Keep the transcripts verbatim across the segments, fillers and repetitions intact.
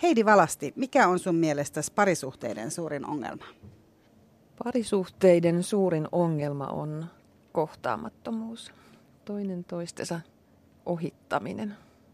Heidi Valasti, mikä on sun mielestäsi parisuhteiden suurin ongelma? Parisuhteiden suurin ongelma on kohtaamattomuus, toinen toistensa ohittaminen.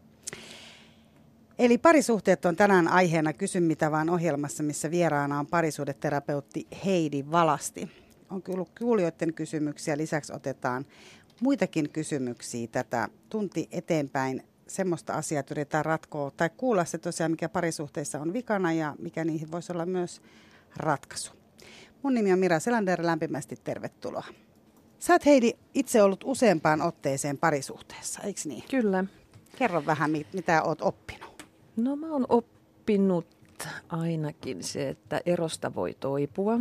Eli parisuhteet on tänään aiheena Kysy mitä vaan -ohjelmassa, missä vieraana on parisuhdeterapeutti Heidi Valasti. On ollut kuulijoiden kysymyksiä, lisäksi otetaan muitakin kysymyksiä tätä tunti eteenpäin. Semmoista asiaa yritetään ratkoa tai kuulla se tosiaan, mikä parisuhteissa on vikana ja mikä niihin voisi olla myös ratkaisu. Mun nimi on Mira Selander, lämpimästi tervetuloa. Sä oot, Heidi, itse ollut useampaan otteeseen parisuhteessa, eikö niin? Kyllä. Kerro vähän, mitä oot oppinut. No mä oon oppinut ainakin se, että erosta voi toipua.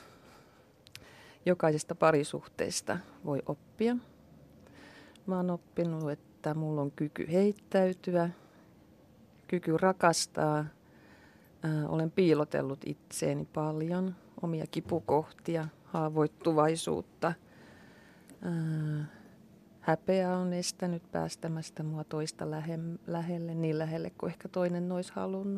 Jokaisesta parisuhteesta voi oppia. Mä oon oppinut, että mulla on kyky heittäytyä, kyky rakastaa. Ää, olen piilotellut itseeni paljon, omia kipukohtia, haavoittuvaisuutta. Ää, häpeä on estänyt päästämästä mua toista lähe- lähelle, niin lähelle kuin ehkä toinen olisi halunnut.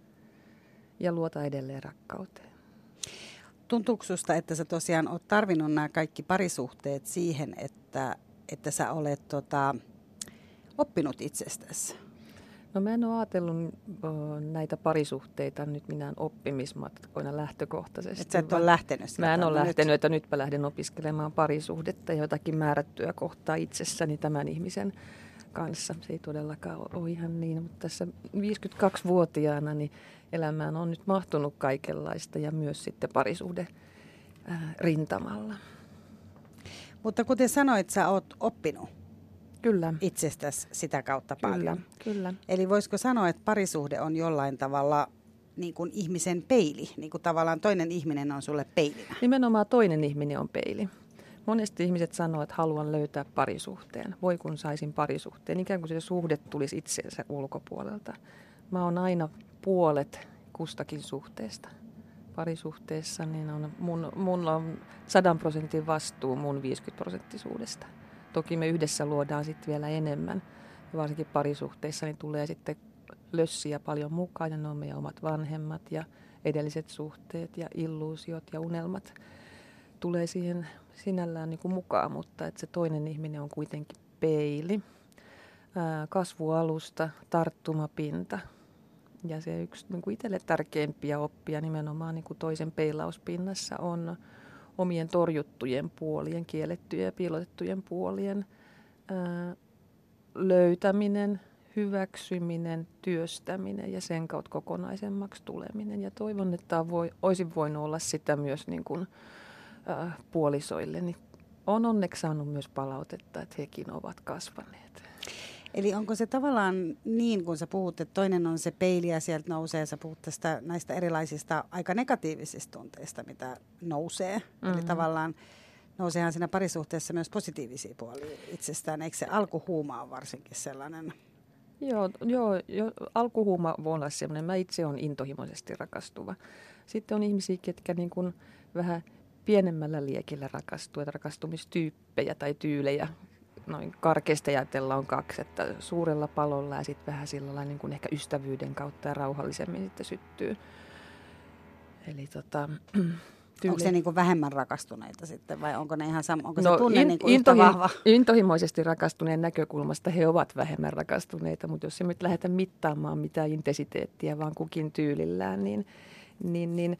Ja luota edelleen rakkauteen. Tuntuuko susta, että sä tosiaan oot tarvinnut nämä kaikki parisuhteet siihen, että, että sä olet tota, oppinut itsestäsi? No mä en ole ajatellut näitä parisuhteita nyt minään oppimismatkoina lähtökohtaisesti. Että sä et ole lähtenyt sieltä? Mä en ole no lähtenyt, nyt. että nytpä lähden opiskelemaan parisuhdetta ja jotakin määrättyä kohtaa itsessäni tämän ihmisen kanssa. Se ei todellakaan ole ihan niin, mutta tässä viisikymmentäkaksivuotiaana niin elämään on nyt mahtunut kaikenlaista ja myös sitten parisuhde ää, rintamalla. Mutta kuten sanoit, sä oot oppinut. Kyllä. Itsestäsi sitä kautta Kyllä, paljon. kyllä. Eli voisiko sanoa, että parisuhde on jollain tavalla niin kuin ihmisen peili, niin kuin tavallaan toinen ihminen on sulle peilinä? Nimenomaan toinen ihminen on peili. Monesti ihmiset sanoo, että haluan löytää parisuhteen. Voi kun saisin parisuhteen, ikään kuin se suhde tulisi itseensä ulkopuolelta. Mä oon aina puolet kustakin suhteesta. Parisuhteessa niin on mun, mun on sadan prosentin vastuu mun viisikymmentä prosenttisuudesta. Toki me yhdessä luodaan sitten vielä enemmän. Ja varsinkin parisuhteissa niin tulee sitten lössiä paljon mukaan. Ja ne on meidän omat vanhemmat ja edelliset suhteet ja illuusiot ja unelmat tulee siihen sinällään niin kuin mukaan. Mutta että se toinen ihminen on kuitenkin peili, ää, kasvualusta, tarttumapinta. Ja se yksi niin kuin itselle tärkeimpiä oppia nimenomaan niin kuin toisen peilauspinnassa on omien torjuttujen puolien, kiellettyjen ja piilotettujen puolien ää, löytäminen, hyväksyminen, työstäminen ja sen kautta kokonaisemmaksi tuleminen. Ja toivon, että voi, olisin voinut olla sitä myös niin kuin, ää, puolisoille. Niin olen onneksi saanut myös palautetta, että hekin ovat kasvaneet. Eli onko se tavallaan niin, kun sä puhut, että toinen on se peili ja sieltä nousee, sä puhut tästä, näistä erilaisista aika negatiivisista tunteista, mitä nousee. Mm-hmm. Eli tavallaan nouseehan siinä parisuhteessa myös positiivisia puolia itsestään. Eikö se alkuhuuma ole varsinkin sellainen? Joo, joo jo, alkuhuuma voi olla sellainen. Mä itse olen intohimoisesti rakastuva. Sitten on ihmisiä, ketkä niin kuin vähän pienemmällä liekillä rakastuu, että rakastumistyyppejä tai tyylejä. Noin karkeasti ajatella on kaksi, että suurella palolla ja sitten vähän sillä lailla niin kuin ehkä ystävyyden kautta ja rauhallisemmin sitten syttyy. Eli tota, onko se niin kuin vähemmän rakastuneita sitten vai onko ne ihan sama, onko no, se tunne in, niin kuin yhtä intohim- vahva? Intohimoisesti rakastuneen näkökulmasta he ovat vähemmän rakastuneita, mutta jos emme lähdetä mittaamaan mitään intensiteettiä vaan kukin tyylillään, niin, niin, niin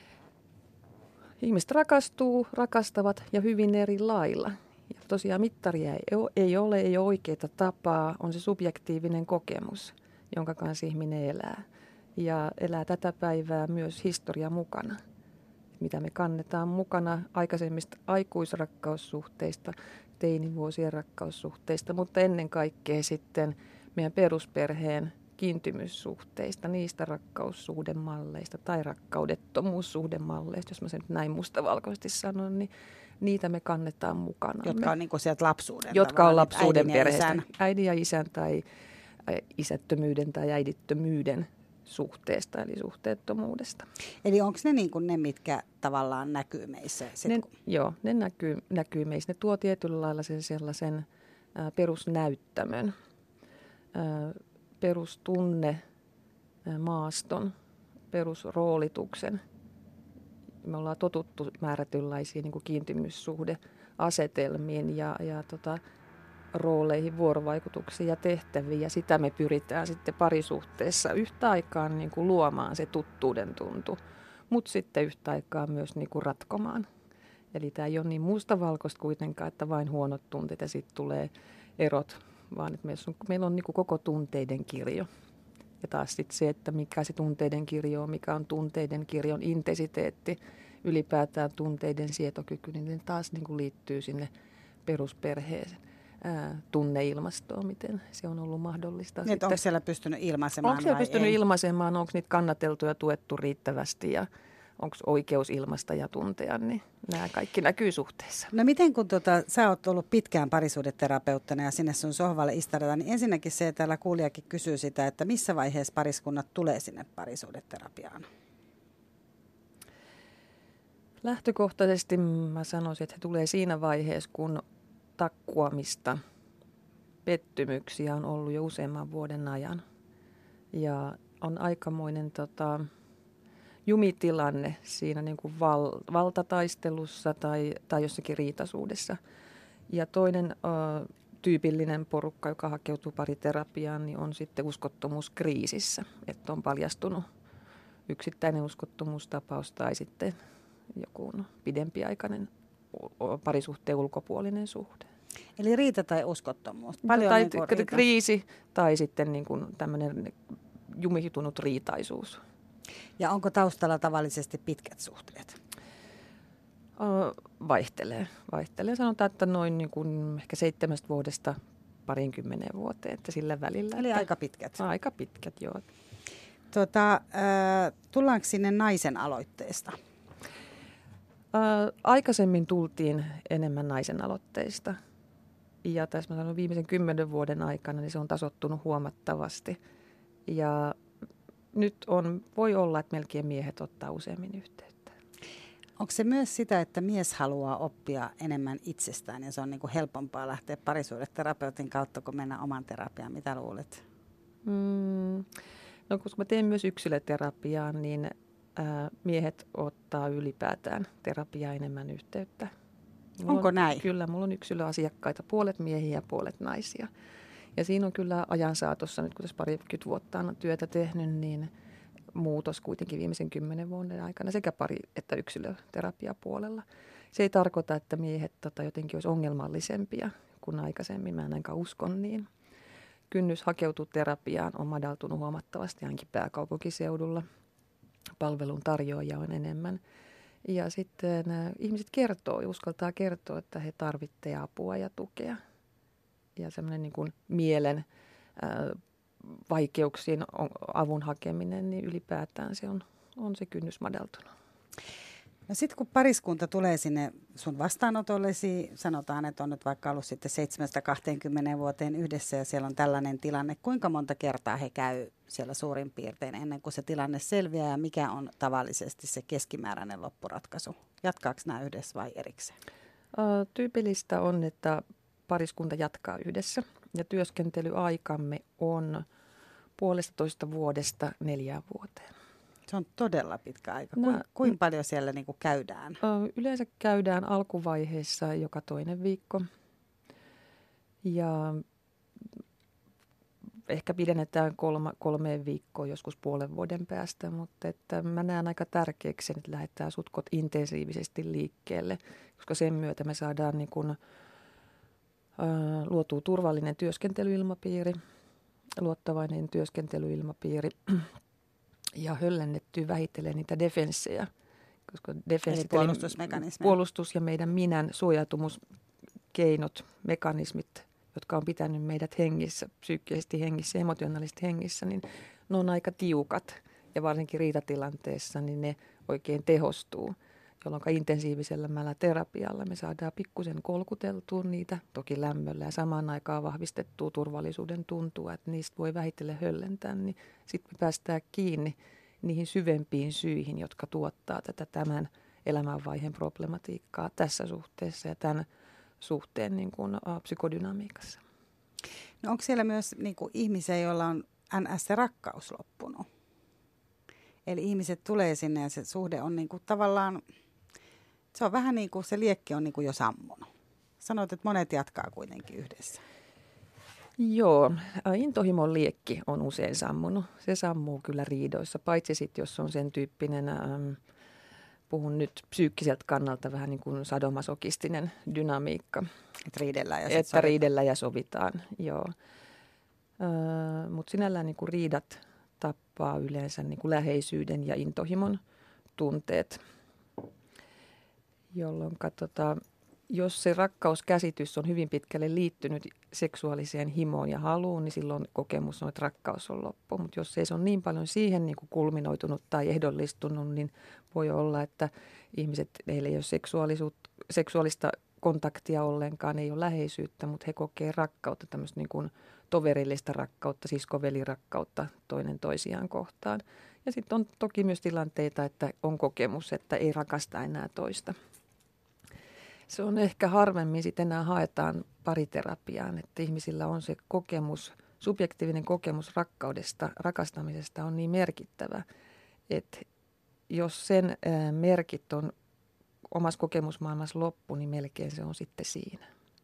ihmiset rakastuu, rakastavat ja hyvin eri lailla. Ja tosiaan mittaria ei ole, ei ole oikeaa tapaa, on se subjektiivinen kokemus, jonka kanssa ihminen elää. Ja elää tätä päivää myös historia mukana, mitä me kannetaan mukana aikaisemmista aikuisrakkaussuhteista, teinivuosien rakkaussuhteista, mutta ennen kaikkea sitten meidän perusperheen kiintymyssuhteista, niistä rakkaussuhdemalleista tai rakkaudettomuussuhdemalleista, jos mä sen näin mustavalkoisesti sanon, niin niitä me kannetaan mukana. Jotka on niin kuin sieltä lapsuuden. Jotka on lapsuuden perheestä. Isän. Äidin ja isän tai isättömyyden tai äidittömyyden suhteesta, eli suhteettomuudesta. Eli onko ne niin kuin ne, mitkä tavallaan näkyy meissä? Ne, joo, ne näkyy, näkyy meissä. Ne tuo tietyllä lailla sen sellaisen ä, perusnäyttämön, ä, perustunne, maaston, perusroolituksen. Me ollaan totuttu määrätynlaisiin niin kuin kiintymyssuhdeasetelmiin ja, ja tota, rooleihin, vuorovaikutuksiin ja tehtäviin. Ja sitä me pyritään sitten parisuhteessa yhtä aikaa niin kuin luomaan se tuttuuden tuntu, mutta sitten yhtä aikaa myös niin kuin ratkomaan. Eli tämä ei ole niin mustavalkoista kuitenkaan, että vain huonot tunteet ja sitten tulee erot, vaan että meillä on, meillä on niin kuin koko tunteiden kirjo. Ja taas sitten se, että mikä se tunteiden kirjo on, mikä on tunteiden kirjon intensiteetti, ylipäätään tunteiden sietokyky, niin taas niin kuin liittyy sinne perusperheeseen. Ää, tunneilmastoon, miten se on ollut mahdollista. Niin, onko siellä pystynyt ilmaisemaan Onko siellä pystynyt ei? ilmaisemaan, onko niitä kannateltu ja tuettu riittävästi ja onko oikeus ilmaista ja tuntea, niin nämä kaikki näkyy suhteessa. No miten kun tota, sä oot ollut pitkään parisuudeterapeuttina ja sinne sun sohvalle istarataan, niin ensinnäkin se, että täällä kuulijakin kysyy sitä, että missä vaiheessa pariskunnat tulee sinne parisuudeterapiaan? Lähtökohtaisesti mä sanoisin, että he tulee siinä vaiheessa, kun takkuamista, pettymyksiä on ollut jo useamman vuoden ajan. Ja on aikamoinen tota, jumitilanne siinä niin kuin val, valtataistelussa tai, tai jossakin riitaisuudessa. Ja toinen ö, tyypillinen porukka, joka hakeutuu pariterapiaan, niin on sitten uskottomuuskriisissä. Että on paljastunut yksittäinen uskottomuustapaus tai sitten joku no, pidempiaikainen parisuhteen ulkopuolinen suhde. Eli riita tai uskottomuus. Paljon tai niin kuin riita. Kriisi tai sitten niin kuin tämmöinen jumihitunut riitaisuus. Ja onko taustalla tavallisesti pitkät suhteet? Vaihtelee. Vaihtelee. Sanotaan, että noin niin kuin ehkä seitsemästä vuodesta parinkymmeneen vuoteen, että sillä välillä. Eli että aika pitkät. Aika pitkät, joo. Tota, äh, tullaanko sinne naisen aloitteesta? Ää, aikaisemmin tultiin enemmän naisen aloitteista ja tässä mä sanon viimeisen kymmenen vuoden aikana niin se on tasoittunut huomattavasti ja nyt on, voi olla, että melkein miehet ottaa useammin yhteyttä. Onko se myös sitä, että mies haluaa oppia enemmän itsestään ja se on niin kuin helpompaa lähteä parisuudeterapeutin kautta kuin mennä oman terapiaan? Mitä luulet? Mm, no koska mä teen myös yksilöterapiaa, niin ää, miehet ottaa ylipäätään terapiaa enemmän yhteyttä. Mulla Onko on, näin? Kyllä, mulla on yksilöasiakkaita, puolet miehiä ja puolet naisia. Ja siinä on kyllä ajan saatossa, nyt kun tässä parikymmentä vuotta on työtä tehnyt, niin muutos kuitenkin viimeisen kymmenen vuoden aikana sekä pari- että yksilöterapiapuolella. Se ei tarkoita, että miehet tota, jotenkin olisi ongelmallisempia kuin aikaisemmin, mä en ainakaan uskon niin. Kynnys hakeutua terapiaan on madaltunut huomattavasti ainakin pääkaupunkiseudulla. Palvelun tarjoajia on enemmän. Ja sitten äh, ihmiset kertoo ja uskaltaa kertoa, että he tarvitsevat apua ja tukea. Ja semmoinen niin kuin mielen äh, vaikeuksien avun hakeminen, niin ylipäätään se on, on se kynnys madaltunut. No sitten kun pariskunta tulee sinne sun vastaanotollesi, sanotaan, että on nyt vaikka ollut sitten seitsemästä kaksikymmentä vuoteen yhdessä ja siellä on tällainen tilanne. Kuinka monta kertaa he käy siellä suurin piirtein ennen kuin se tilanne selviää ja mikä on tavallisesti se keskimääräinen loppuratkaisu? Jatkaako nämä yhdessä vai erikseen? Uh, tyypillistä on, että pariskunta jatkaa yhdessä ja työskentelyaikamme on puolesta toista vuodesta neljään vuoteen. Se on todella pitkä aika. No, Kuinka kuin paljon siellä niin kuin käydään? Yleensä käydään alkuvaiheessa joka toinen viikko ja ehkä pidennetään kolme, kolmeen viikkoon joskus puolen vuoden päästä, mutta että mä näen aika tärkeäksi, että lähdetään sutkot intensiivisesti liikkeelle, koska sen myötä me saadaan niin kuin, ä, luotua turvallinen työskentelyilmapiiri, luottavainen työskentelyilmapiiri. Ja höllennettyä vähitellen niitä defenssejä, koska defenssit, eli puolustusmekanismeja. Puolustus ja meidän minän suojautumuskeinot, mekanismit, jotka on pitänyt meidät hengissä, psyykkisesti hengissä, emotionaalisesti hengissä, niin ne on aika tiukat. Ja varsinkin riitatilanteessa niin ne oikein tehostuu, jolloin intensiivisellä terapialla me saadaan pikkusen kolkuteltua niitä, toki lämmöllä ja samaan aikaan vahvistettua turvallisuuden tuntua, että niistä voi vähitellen höllentää, niin sitten me päästään kiinni niihin syvempiin syihin, jotka tuottaa tätä tämän elämänvaiheen problematiikkaa tässä suhteessa ja tämän suhteen niin kuin, uh, psykodynamiikassa. No onko siellä myös niin kuin ihmisiä, joilla on N S-rakkaus loppunut? Eli ihmiset tulee sinne ja se suhde on niin kuin tavallaan, se on vähän niin kuin se liekki on niin kuin jo sammunut. Sanoit, että monet jatkaa kuitenkin yhdessä. Joo, intohimon liekki on usein sammunut. Se sammuu kyllä riidoissa, paitsi sitten jos on sen tyyppinen, ähm, puhun nyt psyykkiseltä kannalta vähän niin kuin sadomasokistinen dynamiikka. Että riidellään ja, että riidellään ja sovitaan, joo. Öö, mutta sinällään niin kuin riidat tappaa yleensä niin kuin läheisyyden ja intohimon tunteet, jolloin tota, jos se rakkauskäsitys on hyvin pitkälle liittynyt seksuaaliseen himoon ja haluun, niin silloin kokemus on, että rakkaus on loppu. Mutta jos ei se ole niin paljon siihen niin kuin kulminoitunut tai ehdollistunut, niin voi olla, että ihmiset, heillä ei ole seksuaalista kontaktia ollenkaan, ei ole läheisyyttä, mutta he kokee rakkautta, tämmöistä niin kuin toverillista rakkautta, sisko-velirakkautta toinen toisiaan kohtaan. Ja sitten on toki myös tilanteita, että on kokemus, että ei rakasta enää toista. Se on ehkä harvemmin sitten enää haetaan pariterapiaan, että ihmisillä on se kokemus, subjektiivinen kokemus rakkaudesta, rakastamisesta on niin merkittävä, että jos sen merkit on omassa kokemusmaailmassa loppu, niin melkein se on sitten siinä.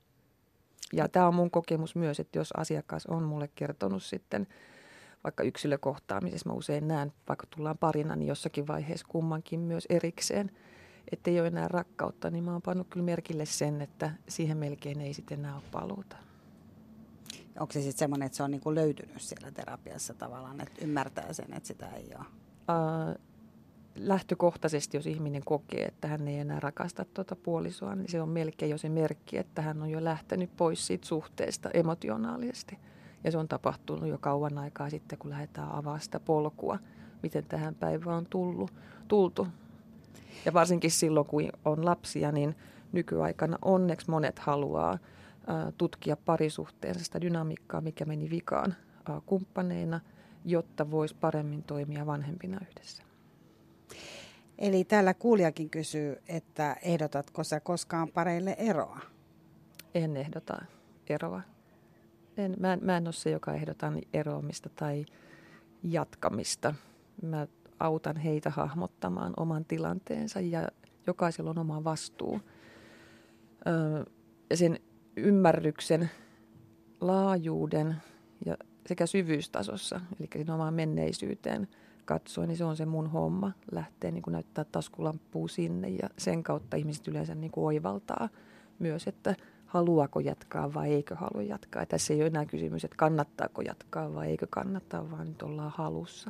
Ja tämä on mun kokemus myös, että jos asiakas on mulle kertonut sitten vaikka yksilökohtaamisessa, mä usein näen, vaikka tullaan parina, niin jossakin vaiheessa kummankin myös erikseen, että ei ole enää rakkautta, niin mä oon pannut kyllä merkille sen, että siihen melkein ei sitten enää ole paluuta. Onko se sitten semmoinen, että se on niinku löytynyt siellä terapiassa tavallaan, että ymmärtää sen, että sitä ei ole? Uh, lähtökohtaisesti, jos ihminen kokee, että hän ei enää rakasta tuota puolisoa, niin se on melkein jo se merkki, että hän on jo lähtenyt pois siitä suhteesta emotionaalisesti. Ja se on tapahtunut jo kauan aikaa sitten, kun lähdetään avaamaan sitä polkua, miten tähän päivään on tullut, tultu. Ja varsinkin silloin, kun on lapsia, niin nykyaikana onneksi monet haluaa ää, tutkia parisuhteensa sitä dynamiikkaa, mikä meni vikaan ää, kumppaneina, jotta voisi paremmin toimia vanhempina yhdessä. Eli täällä kuulijakin kysyy, että ehdotatko sä koskaan pareille eroa? En ehdota eroa. En, mä, mä en ole se, joka ehdotan eroamista tai jatkamista. Mä autan heitä hahmottamaan oman tilanteensa ja jokaisella on oma vastuu. Öö, ja sen ymmärryksen laajuuden ja sekä syvyystasossa, eli siinä omaan menneisyyteen katsoen, niin se on se mun homma. Lähtee niin kuin näyttää taskulampua sinne ja sen kautta ihmiset yleensä niin kuin oivaltaa myös, että haluaako jatkaa vai eikö halua jatkaa. Ja tässä ei ole enää kysymys, että kannattaako jatkaa vai eikö kannattaa, vaan nyt ollaan halussa.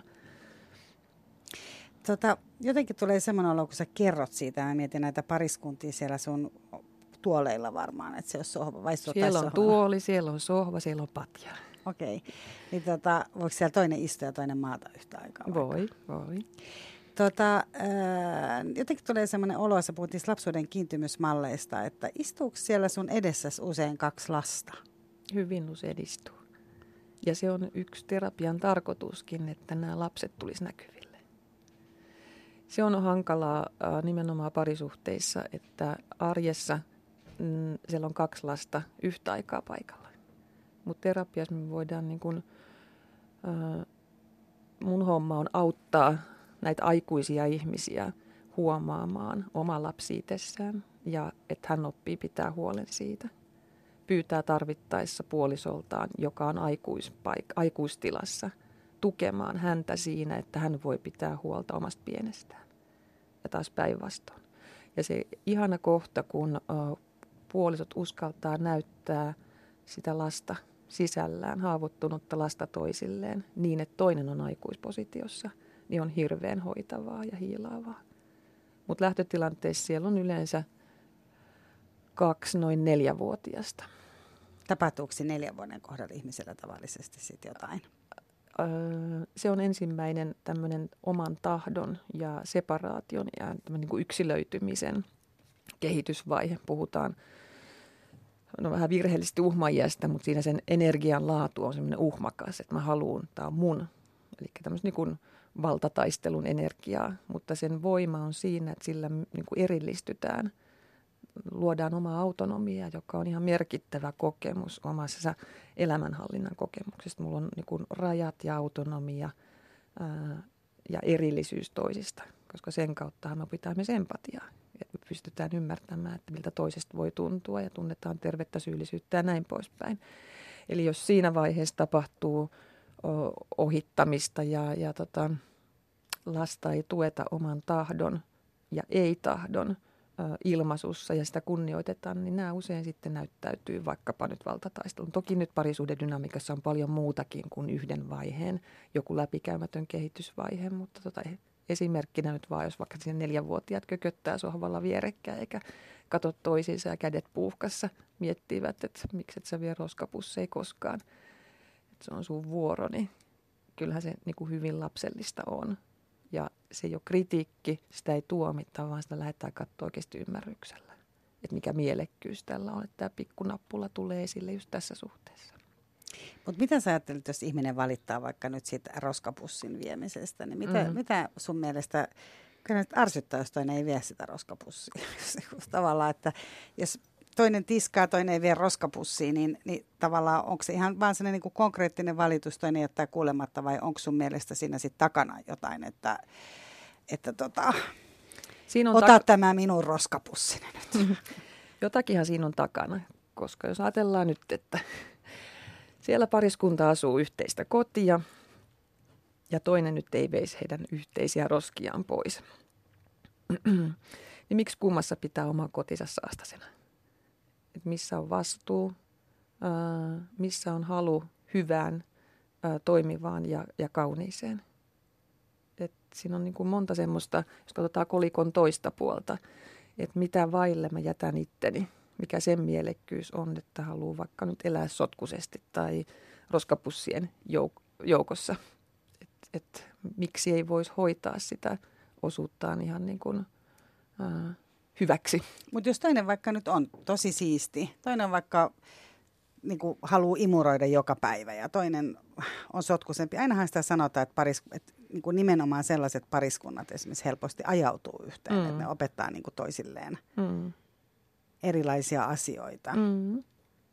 Tota, jotenkin tulee semmoinen olo, kun sä kerrot siitä, ja mietin näitä pariskuntia siellä sun tuoleilla varmaan, että se on sohva. Vai siellä on tuoli, siellä on sohva, siellä on patja. Okei, okay. Niin tota, voiko siellä toinen istua ja toinen maata yhtä aikaa? Voi, voi. Tota, ää, jotenkin tulee semmoinen olo, että puhuttiin lapsuuden kiintymysmalleista, että istuuko siellä sun edessäsi usein kaksi lasta? Hyvin usein istuu. Ja se on yksi terapian tarkoituskin, että nämä lapset tulisi näkyville. Se on hankalaa äh, nimenomaan parisuhteissa, että arjessa mm, siellä on kaksi lasta yhtä aikaa paikalla. Mutta terapiassa me voidaan, niin kun, äh, mun homma on auttaa näitä aikuisia ihmisiä huomaamaan oma lapsi itsessään ja että hän oppii pitää huolen siitä. Pyytää tarvittaessa puolisoltaan, joka on aikuispaik- aikuistilassa, tukemaan häntä siinä, että hän voi pitää huolta omasta pienestään. Ja taas päinvastoin. Ja se ihana kohta, kun uh, puolisot uskaltaa näyttää sitä lasta sisällään, haavoittunutta lasta toisilleen, niin että toinen on aikuispositiossa, niin on hirveän hoitavaa ja hiilaavaa. Mutta lähtötilanteessa siellä on yleensä kaksi noin neljävuotiasta. Tapahtuuko neljän vuoden kohdalla ihmisellä tavallisesti sitten jotain? Öö, se on ensimmäinen tämmöinen oman tahdon ja separaation ja niin kuin yksilöitymisen kehitysvaihe. Puhutaan no vähän virheellisesti uhmaiästä, mutta siinä sen energian laatu on semmoinen uhmakas, että mä haluun, tämä on mun. Eli tämmöistä niin kuin valtataistelun energiaa, mutta sen voima on siinä, että sillä niin kuin erillistytään. Luodaan omaa autonomiaa, joka on ihan merkittävä kokemus omassa elämänhallinnan kokemuksesta. Mulla on niin kuin rajat ja autonomia ää, ja erillisyys toisista, koska sen kauttahan me opitaan myös empatiaa. Että me pystytään ymmärtämään, että miltä toisesta voi tuntua ja tunnetaan tervettä syyllisyyttä ja näin poispäin. Eli jos siinä vaiheessa tapahtuu o, ohittamista ja, ja tota, lasta ei tueta oman tahdon ja ei-tahdon ö, ilmaisussa ja sitä kunnioitetaan, niin nämä usein sitten näyttäytyy vaikkapa nyt valtataistelun. Toki nyt parisuhdedynamiikassa on paljon muutakin kuin yhden vaiheen, joku läpikäymätön kehitysvaihe, mutta tota, esimerkkinä nyt vaan, jos vaikka siinä neljänvuotiaat kököttää sohvalla vierekkäin eikä katso toisiinsa ja kädet puuhkassa miettivät, että miksi et sä vie roskapusseja koskaan, että se on sun vuoro, niin kyllähän se niin kuin hyvin lapsellista on. Ja se ei ole kritiikki, sitä ei tuomita, vaan sitä lähdetään katsoa oikeasti ymmärryksellä. Että mikä mielekkyys tällä on, että tämä pikkunappula tulee esille just tässä suhteessa. Mutta mitä sä ajattelet, jos ihminen valittaa vaikka nyt siitä roskapussin viemisestä, niin mitä, mm. mitä sun mielestä, kyllä nyt ärsyttää, jos toinen ei vie sitä roskapussia? Tavallaan, että jos toinen tiskaa, toinen ei vie roskapussia, niin, niin tavallaan onko se ihan vaan sellainen niin kuin konkreettinen valitus, toinen jättää kuulematta, vai onko sun mielestä siinä sitten takana jotain, että, että tota, siinä on ota tak- tämä minun roskapussini nyt. Jotakinhan siinä on takana, koska jos ajatellaan nyt, että siellä pariskunta asuu yhteistä kotia ja toinen nyt ei veisi heidän yhteisiä roskiaan pois, niin miksi kummassa pitää oma kotinsa saastasena? Et missä on vastuu, ää, missä on halu hyvään, ää, toimivaan ja, ja kauniiseen. Et siinä on niin kuin monta semmoista, jos katsotaan kolikon toista puolta, että mitä vaille mä jätän itteni, mikä sen mielekkyys on, että haluaa vaikka nyt elää sotkuisesti tai roskapussien jouk- joukossa. Että et, miksi ei voisi hoitaa sitä osuuttaan ihan niin kuin ää, hyväksi. Mutta jos toinen vaikka nyt on tosi siisti, toinen vaikka niin kuin haluaa imuroida joka päivä ja toinen on sotkuisempi. Ainahan sitä sanotaan, että, paris, että niin kuin nimenomaan sellaiset pariskunnat esimerkiksi helposti ajautuu yhteen, mm. että ne opettaa niin kuin toisilleen mm. erilaisia asioita. Mm.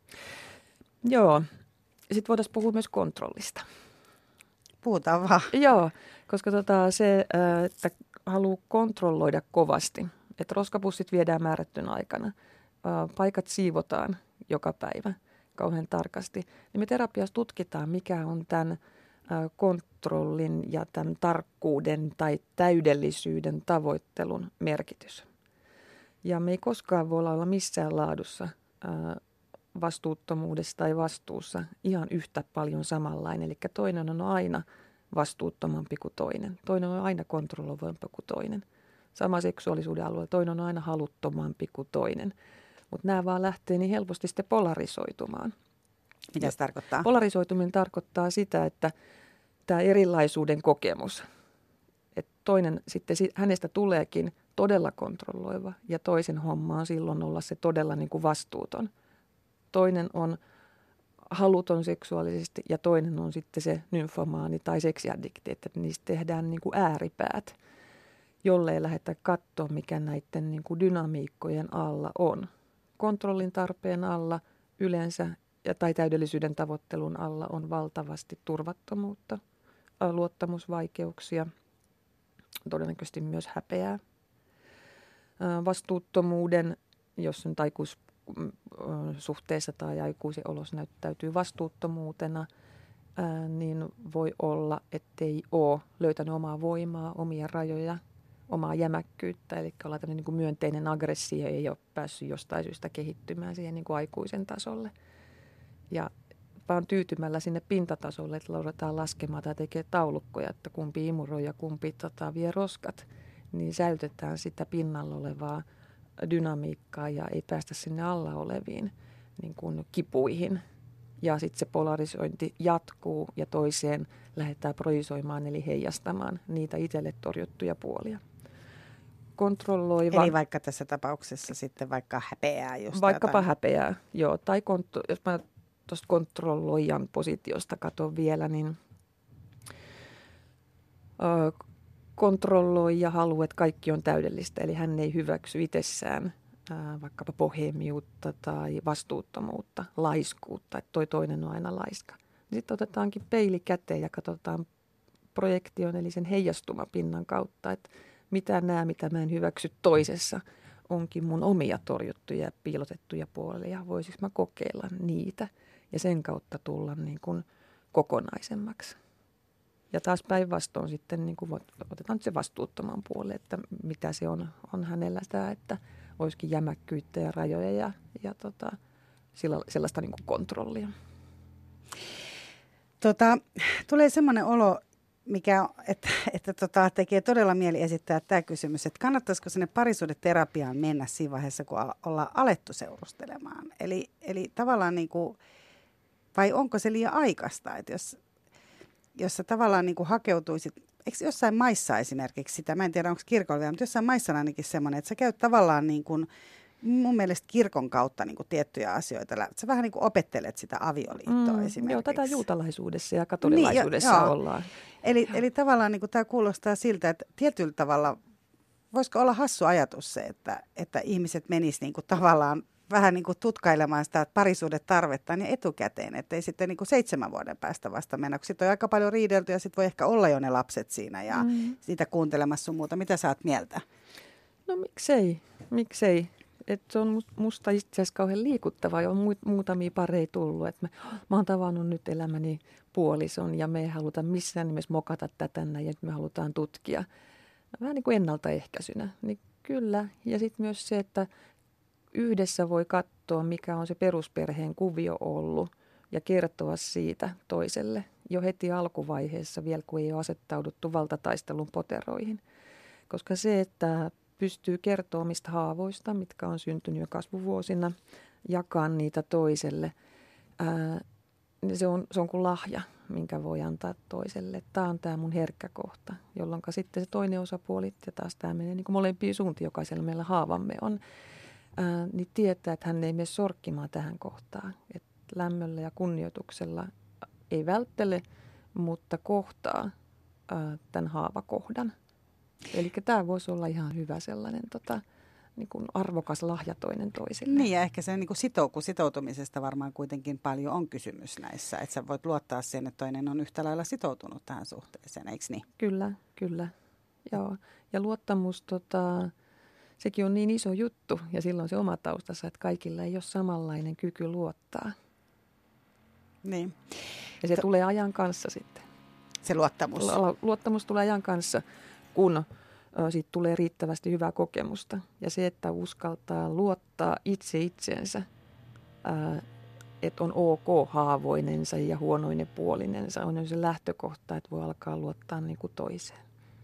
Joo. Sitten voitaisiin puhua myös kontrollista. Puhutaan vaan. Joo, koska tota se, että haluaa kontrolloida kovasti. Että roskapussit viedään määrättynä aikana. Paikat siivotaan joka päivä kauhean tarkasti. Niin me terapiassa tutkitaan, mikä on tämän kontrollin ja tämän tarkkuuden tai täydellisyyden tavoittelun merkitys. Ja me ei koskaan voi olla missään laadussa vastuuttomuudessa tai vastuussa ihan yhtä paljon samanlainen. Eli toinen on aina vastuuttomampi kuin toinen. Toinen on aina kontrolloivampi kuin toinen. Sama seksuaalisuuden alueella. Toinen on aina haluttomampi kuin toinen. Mutta nämä vaan lähtee niin helposti sitten polarisoitumaan. Mitä se tarkoittaa? Polarisoituminen tarkoittaa sitä, että tämä erilaisuuden kokemus, että toinen sitten hänestä tuleekin todella kontrolloiva ja toisen homma on silloin olla se todella niin kuin vastuuton. Toinen on haluton seksuaalisesti ja toinen on sitten se nymfomaani tai seksiaddikti, että niistä tehdään niin kuin ääripäät, jollei lähdetä katsoa, mikä näiden niin kuin dynamiikkojen alla on. Kontrollin tarpeen alla yleensä ja, tai täydellisyyden tavoittelun alla on valtavasti turvattomuutta, luottamusvaikeuksia, todennäköisesti myös häpeää. Vastuuttomuuden, jos nyt aikuissuhteessa tai aikuisen olossa näyttäytyy vastuuttomuutena, niin voi olla, ettei ole löytänyt omaa voimaa, omia rajoja, omaa jämäkkyyttä, eli ollaan tämmöinen niin kuin myönteinen aggressio, ei ole päässyt jostain syystä kehittymään siihen niin kuin aikuisen tasolle. Ja vaan tyytymällä sinne pintatasolle, että ruvetaan laskemaan tai tekee taulukkoja, että kumpi imuroi ja kumpi tota, vie roskat, niin säilytetään sitä pinnalla olevaa dynamiikkaa ja ei päästä sinne alla oleviin niin kuin kipuihin. Ja sitten se polarisointi jatkuu ja toiseen lähdetään projisoimaan eli heijastamaan niitä itselle torjuttuja puolia. Kontrolloiva. Eli vaikka tässä tapauksessa sitten vaikka häpeää. Just vaikkapa jotain. häpeää, joo. Tai kont- jos mä tuosta kontrolloijan positiosta katson vielä, niin ö, kontrolloi ja haluaa, että kaikki on täydellistä. Eli hän ei hyväksy itsessään ö, vaikkapa bohemiutta tai vastuuttomuutta, laiskuutta, että toi toinen on aina laiska. Sitten otetaankin peili käteen ja katsotaan projektion eli sen heijastumapinnan kautta, että mitä nämä, mitä mä en hyväksy toisessa, onkin mun omia torjuttuja ja piilotettuja puolia. Voisinko mä kokeilla niitä ja sen kautta tulla niin kuin kokonaisemmaksi. Ja taas päinvastoin sitten niin kuin otetaan nyt se vastuuttoman puoli, että mitä se on, on hänellä sitä, että olisikin jämäkkyyttä ja rajoja ja, ja tota, sillä, sellaista niin kuin kontrollia. Tota, tulee semmoinen olo, mikä että, että tota, tekee todella mieli esittää tämä kysymys, että kannattaisiko sinne parisuhdeterapiaan mennä siinä vaiheessa, kun ollaan alettu seurustelemaan. Eli, eli tavallaan niin kuin, vai onko se liian aikaista, että jos, jos sä tavallaan niin kuin hakeutuisit, eikö jossain maissa esimerkiksi sitä, mä en tiedä onko kirkolla vielä, mutta jossain maissa on ainakin semmoinen, että sä käyt tavallaan niin kuin, mun mielestä kirkon kautta niin kuin tiettyjä asioita. Sä vähän niin kuin opettelet sitä avioliittoa mm, esimerkiksi. Joo, tätä juutalaisuudessa ja katolilaisuudessa niin, jo, ollaan. Eli, eli tavallaan niin kuin tämä kuulostaa siltä, että tietyllä tavalla, voisiko olla hassu ajatus se, että, että ihmiset menis niin kuin tavallaan vähän niin kuin tutkailemaan sitä parisuhdetarvettaan ja etukäteen, että ei sitten niin kuin seitsemän vuoden päästä vasta mennä, kun sitten on aika paljon riidelty ja sitten voi ehkä olla jo ne lapset siinä ja mm. siitä kuuntelemassa sun muuta. Mitä sä oot mieltä? No miksei, miksei. Et se on musta itse asiassa kauhean liikuttavaa ja on muutamia pareja tullut. Et mä, mä oon tavannut nyt elämäni puolison ja me ei haluta missään nimessä mokata tätä näin, että me halutaan tutkia. Vähän niin kuin ennaltaehkäisynä. Niin kyllä. Ja sitten myös se, että yhdessä voi katsoa, mikä on se perusperheen kuvio ollut ja kertoa siitä toiselle jo heti alkuvaiheessa vielä, kun ei ole asettauduttu valtataistelun poteroihin. Koska se, että pystyy kertoa omista haavoista, mitkä on syntynyt jo kasvuvuosina, jakaa niitä toiselle. Ää, se, on, se on kuin lahja, minkä voi antaa toiselle. Tämä on tämä mun herkkä kohta, jolloin sitten se toinen osapuoli, ja taas tämä menee niin kuin molempiin suuntiin, jokaisella meillä haavamme on, ää, niin tietää, että hän ei mene sorkkimaan tähän kohtaan. Et lämmöllä ja kunnioituksella ei välttele, mutta kohtaa ää, tämän haavakohdan. Eli tämä voisi olla ihan hyvä sellainen tota, niin kuin arvokas lahja toinen toisille. Niin ja ehkä se niin kuin sitou, kun sitoutumisesta varmaan kuitenkin paljon on kysymys näissä. Että sä voit luottaa siihen, että toinen on yhtä lailla sitoutunut tähän suhteeseen, eikö niin? Kyllä, kyllä. Joo. Ja luottamus, tota, sekin on niin iso juttu ja silloin se oma taustansa, että kaikilla ei ole samanlainen kyky luottaa. Niin. Ja se to- tulee ajan kanssa sitten. Se luottamus. Luottamus tulee ajan kanssa, kun siitä tulee riittävästi hyvää kokemusta. Ja se, että uskaltaa luottaa itse itseensä, ää, että on ok haavoinensa ja huonoinen puolinensa, on se lähtökohta, että voi alkaa luottaa niin kuin toiseen.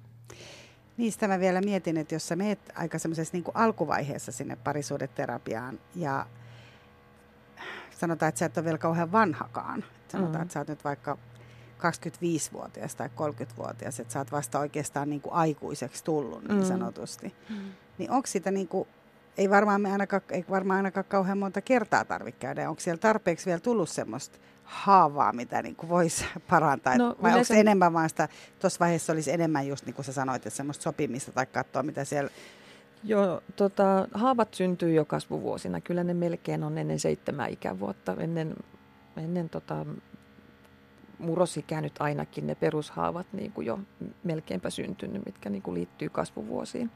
Niistä mä vielä mietin, että jos sä meet aika semmoisessa niin kuin alkuvaiheessa sinne parisuhdeterapiaan ja sanotaan, että sä et ole vielä kauhean vanhakaan. Sanotaan, mm. että sä oot nyt vaikka kaksikymmentäviisivuotias tai kolmekymmentävuotias, että sä oot vasta oikeastaan niin kuin aikuiseksi tullut niin sanotusti. Mm. Niin onko sitä niin kuin, ei varmaan, me ainakaan, ei varmaan ainakaan kauhean monta kertaa tarvitse käydä. Onko siellä tarpeeksi vielä tullut semmoista haavaa, mitä niin kuin voisi parantaa? No, vai onko se enemmän vaan sitä, tuossa vaiheessa olisi enemmän just niin kuin sä sanoit, että semmoista sopimista tai katsoa, mitä siellä... Joo, tota, haavat syntyy jo kasvuvuosina. Kyllä ne melkein on ennen seitsemää ikävuotta, ennen, ennen tota, murrosikää nyt ainakin ne perushaavat niin kuin jo melkeinpä syntynyt, mitkä niin kuin liittyy kasvuvuosiin.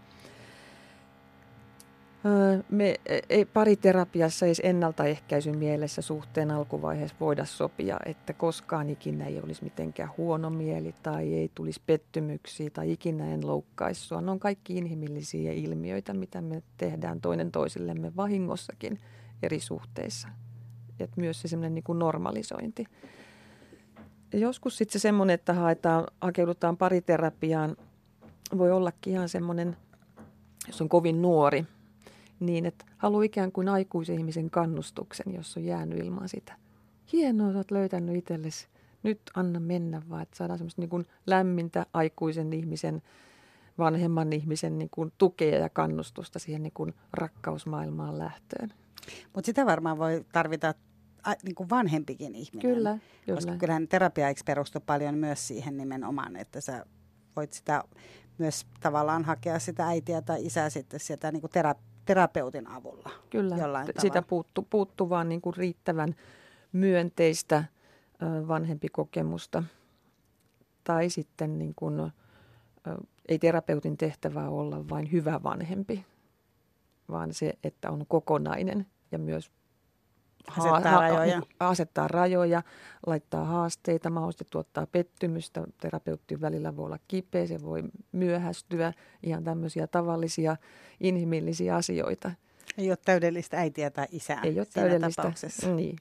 Me ei pariterapiassa ei ennaltaehkäisyn mielessä suhteen alkuvaiheessa voida sopia, että koskaan ikinä ei olisi mitenkään huono mieli tai ei tulisi pettymyksiä tai ikinä en loukkaisi sua. Ne on kaikki inhimillisiä ilmiöitä, mitä me tehdään toinen toisillemme vahingossakin eri suhteissa. Et myös se semmoinen niin kuin normalisointi. Ja joskus sitten se semmoinen, että haetaan, hakeudutaan pariterapiaan, voi ollakin ihan semmoinen, jos on kovin nuori, niin että haluaa ikään kuin aikuisen ihmisen kannustuksen, jos on jäänyt ilman sitä. Hienoa, olet löytänyt itsellesi. Nyt anna mennä vaan, että saadaan semmoista niin kuin lämmintä aikuisen ihmisen, vanhemman ihmisen niin kuin tukea ja kannustusta siihen niin kuin rakkausmaailmaan lähtöön. Mutta sitä varmaan voi tarvita a, niin kuin vanhempikin ihminen. Kyllä, kyllä. Koska kyllähän terapia eikö perustu paljon myös siihen nimenomaan, että sä voit sitä myös tavallaan hakea sitä äitiä tai isää sitten sieltä niin kuin terapiaa. terapeutin avulla. Kyllä, sitä puuttu, puuttuu vaan niin kuin riittävän myönteistä ö, vanhempikokemusta Tai sitten niin kuin, ei terapeutin tehtävää olla vain hyvä vanhempi, vaan se, että on kokonainen ja myös Asettaa rajoja. Niin asettaa rajoja, laittaa haasteita, mahdollisesti tuottaa pettymystä. Terapeutti välillä voi olla kipeä, se voi myöhästyä, ihan tämmöisiä tavallisia inhimillisiä asioita. Ei ole täydellistä äitiä tai isää Ei ole siinä täydellistä. tapauksessa. Niin.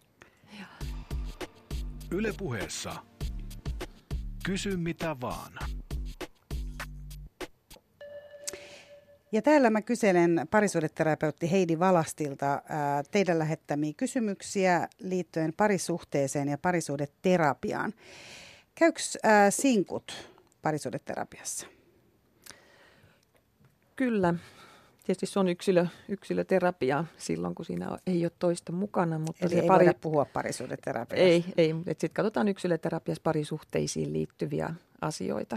Yle Puheessa. Kysy mitä vaan. Ja täällä mä kyselen parisuhdeterapeutti Heidi Valastilta ää, teidän lähettämiä kysymyksiä liittyen parisuhteeseen ja parisuhdeterapiaan. Käykö ää, sinkut parisuhdeterapiassa? Kyllä. Tietysti se on yksilö, yksilöterapia silloin, kun siinä ei ole toista mukana. Mutta Eli se ei pari... voida puhua parisuhdeterapiasta? Ei, ei. Sitten katsotaan yksilöterapiassa parisuhteisiin liittyviä asioita.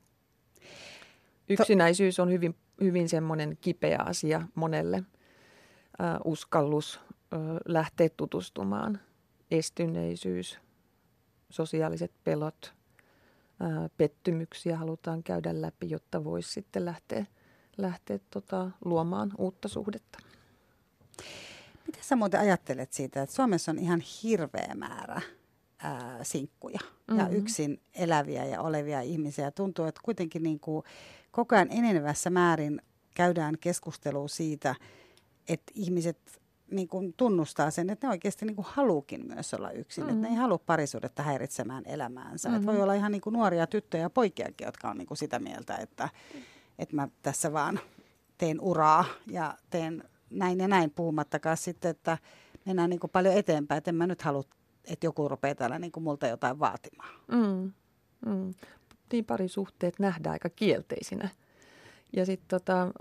Yksinäisyys on hyvin, hyvin semmoinen kipeä asia monelle. Äh, uskallus äh, lähteä tutustumaan, estyneisyys, sosiaaliset pelot, äh, pettymyksiä halutaan käydä läpi, jotta voisi sitten lähteä, lähteä tota, luomaan uutta suhdetta. Mitä sä muuten ajattelet siitä, että Suomessa on ihan hirveä määrä ää, sinkkuja mm-hmm. ja yksin eläviä ja olevia ihmisiä? Tuntuu, että kuitenkin niin kuin koko ajan enenevässä määrin käydään keskustelua siitä, että ihmiset niin kuin tunnustaa sen, että ne oikeasti niin kuin haluukin myös olla yksin. Mm-hmm. Että ne ei halua parisuudetta häiritsemään elämäänsä. Mm-hmm. Että voi olla ihan niin kuin nuoria tyttöjä ja poikiakin, jotka on niin kuin sitä mieltä, että, että mä tässä vaan teen uraa ja teen näin ja näin, puhumattakaan sitten, että mennään niin kuin paljon eteenpäin. Että en mä nyt halua, että joku rupeaa täällä niin kuin multa jotain vaatimaan. Mm, mm. Niin parisuhteet nähdään aika kielteisinä. Ja sitten tota,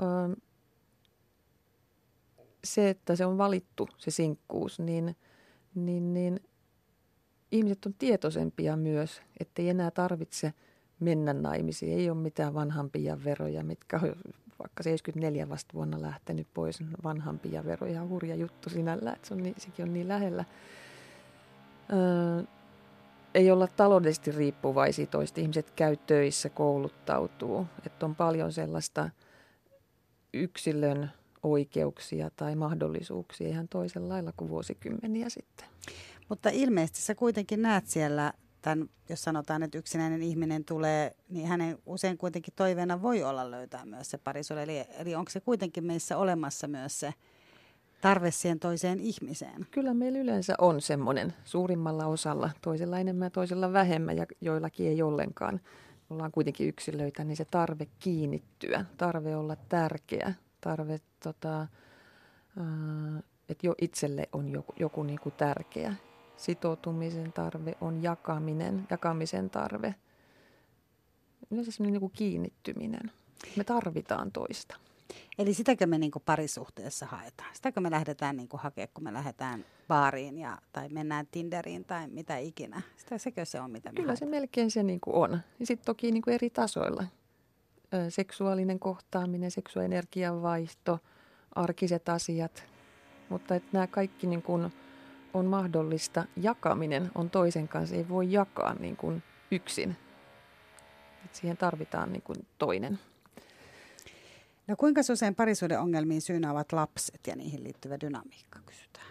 se, että se on valittu, se sinkkuus, niin, niin, niin ihmiset on tietoisempia myös, ettei enää tarvitse mennä naimisiin. Ei ole mitään vanhampia veroja, mitkä on vaikka seitsemänkymmentäneljä vasta vuonna lähtenyt pois vanhampia veroja. Ihan hurja juttu sinällä, että se on niin, sekin on niin lähellä. Öö, ei olla taloudellisesti riippuvaisia toista. Ihmiset käy töissä, kouluttautuu. Että on paljon sellaista yksilön oikeuksia tai mahdollisuuksia ihan toisella lailla kuin vuosikymmeniä sitten. Mutta ilmeisesti sä kuitenkin näet siellä, tämän, jos sanotaan, että yksinäinen ihminen tulee, niin hänen usein kuitenkin toiveena voi olla löytää myös se parisuhde. Eli, eli onko se kuitenkin meissä olemassa myös se tarve siihen toiseen ihmiseen? Kyllä meillä yleensä on semmoinen suurimmalla osalla, toisella enemmän ja toisella vähemmän ja joillakin ei ollenkaan. Ollaan kuitenkin yksilöitä, niin se tarve kiinnittyä, tarve olla tärkeä, tarve, tota, että jo itselle on joku, joku niin kuin tärkeä. Sitoutumisen tarve on jakaminen, jakamisen tarve. Yleensä semmoinen niin kuin kiinnittyminen. Me tarvitaan toista. Eli sitäkö me niin kuin parisuhteessa haetaan? Sitäkö me lähdetään niin kuin hakemaan, kun me lähdetään baariin ja, tai mennään Tinderiin tai mitä ikinä? Sitä, sekö se on, mitä me Kyllä haetaan? se melkein se niin kuin on. Ja sitten toki niin kuin eri tasoilla. Ö, seksuaalinen kohtaaminen, seksuaalienergian vaihto, arkiset asiat. Mutta että nämä kaikki niin kuin on mahdollista. Jakaminen on toisen kanssa. Ei voi jakaa niin kuin yksin. Et siihen tarvitaan niin kuin toinen. No kuinka usein parisuhdeongelmiin syynä ovat lapset ja niihin liittyvä dynamiikka, kysytään.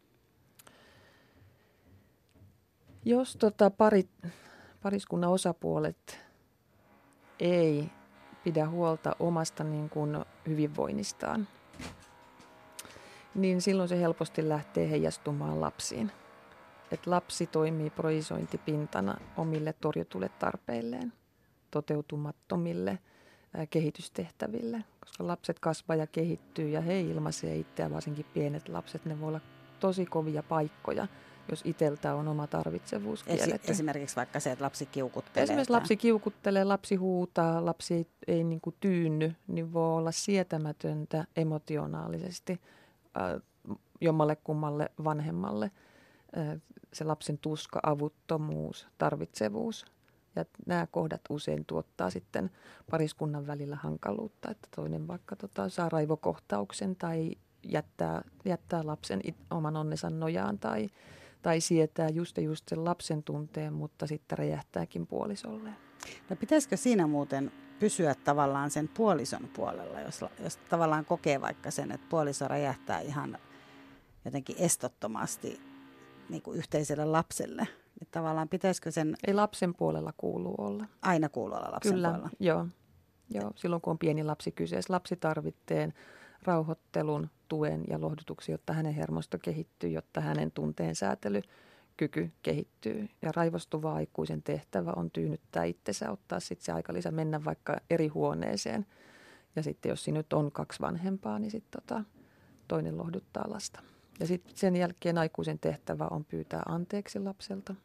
Jos tota pari, pariskunnan osapuolet ei pidä huolta omasta niin kuin hyvinvoinnistaan, niin silloin se helposti lähtee heijastumaan lapsiin. Et lapsi toimii projisointipintana omille torjutuille tarpeilleen, toteutumattomille kehitystehtäville, koska lapset kasvaa ja kehittyy ja he ilmaisee itseään, varsinkin pienet lapset, ne voi olla tosi kovia paikkoja, jos itseltä on oma tarvitsevuus kielletty. Esimerkiksi vaikka se, että lapsi kiukuttelee. Esimerkiksi tai... lapsi kiukuttelee, lapsi huutaa, lapsi ei, ei niin kuin tyynny, niin voi olla sietämätöntä emotionaalisesti äh, jommalle kummalle vanhemmalle äh, se lapsen tuska, avuttomuus, tarvitsevuus. Ja nämä kohdat usein tuottaa sitten pariskunnan välillä hankaluutta, että toinen vaikka tota, saa raivokohtauksen tai jättää, jättää lapsen it, oman onnensa nojaan tai, tai sietää just ja just sen lapsen tunteen, mutta sitten räjähtääkin puolisolleen. No pitäisikö siinä muuten pysyä tavallaan sen puolison puolella, jos, jos tavallaan kokee vaikka sen, että puoliso räjähtää ihan jotenkin estottomasti niin kuin yhteiselle lapselle. Niin tavallaan pitäisikö sen... Ei lapsen puolella kuuluu olla. Aina kuuluu olla lapsen Kyllä, puolella. joo. joo. Silloin kun on pieni lapsi kyseessä, lapsi tarvitsee rauhoittelun, tuen ja lohdutuksen, jotta hänen hermosto kehittyy, jotta hänen tunteen säätelykyky kehittyy. Ja raivostuva aikuisen tehtävä on tyynnyttää itsensä, ottaa sitten se aikalisä, mennä vaikka eri huoneeseen. Ja sitten jos siinä nyt on kaksi vanhempaa, niin sitten tota, toinen lohduttaa lasta. Ja sitten sen jälkeen aikuisen tehtävä on pyytää anteeksi lapselta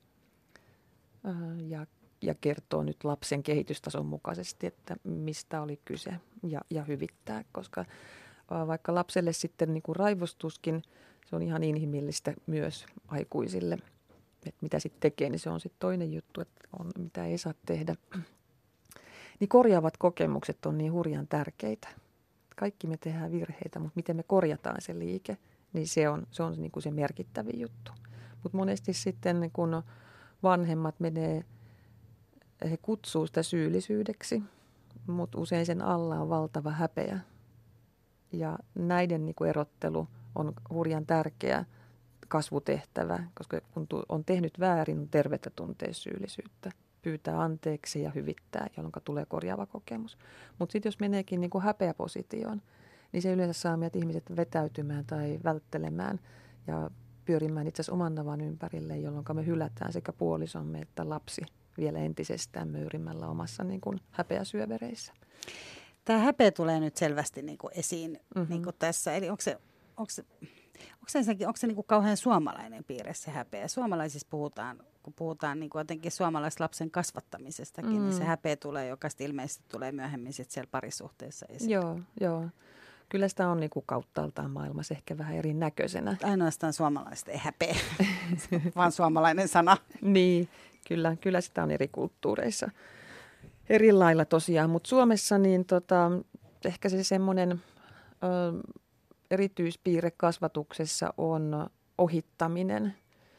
ja, ja kertoo nyt lapsen kehitystason mukaisesti, että mistä oli kyse ja, ja hyvittää, koska vaikka lapselle sitten niin kuin raivostuskin, se on ihan inhimillistä myös aikuisille, että mitä sitten tekee, niin se on sitten toinen juttu, että on, mitä ei saa tehdä. Niin korjaavat kokemukset on niin hurjan tärkeitä. Kaikki me tehdään virheitä, mutta miten me korjataan se liike, niin se on se, on niin kuin se merkittävin juttu. Mutta monesti sitten kun vanhemmat menee, he kutsuu sitä syyllisyydeksi, mutta usein sen alla on valtava häpeä. Ja näiden niin kuin erottelu on hurjan tärkeä kasvutehtävä, koska kun on tehnyt väärin, on tervettä tuntea syyllisyyttä. Pyytää anteeksi ja hyvittää, jolloin tulee korjaava kokemus. Mutta sitten jos meneekin niin kuin häpeäpositioon, niin se yleensä saa meidät ihmiset vetäytymään tai välttelemään ja pyörimään itse asiassa oman navan ympärille, jolloin me hylätään sekä puolisomme että lapsi vielä entisestään möyrimällä omassa niin kuin häpeäsyövereissä. Tämä häpeä tulee nyt selvästi niin kuin esiin Mm-hmm. niin kuin tässä. Eli onko se, onko se, onko se, onko se niin kuin kauhean suomalainen piirre se häpeä? Suomalaisissa puhutaan, kun puhutaan niin kuin jotenkin suomalaislapsen kasvattamisestakin, mm. niin se häpeä tulee, joka ilmeisesti tulee myöhemmin sitten siellä parisuhteessa esiin. Joo, joo. Kyllä sitä on niin kuin kauttaaltaan maailmassa ehkä vähän erinäköisenä. Ainoastaan suomalaiset ei häpeä, vaan suomalainen sana. Niin, kyllä, kyllä sitä on eri kulttuureissa eri lailla tosiaan. Mutta Suomessa niin tota, ehkä se semmoinen ö, erityispiirre kasvatuksessa on ohittaminen,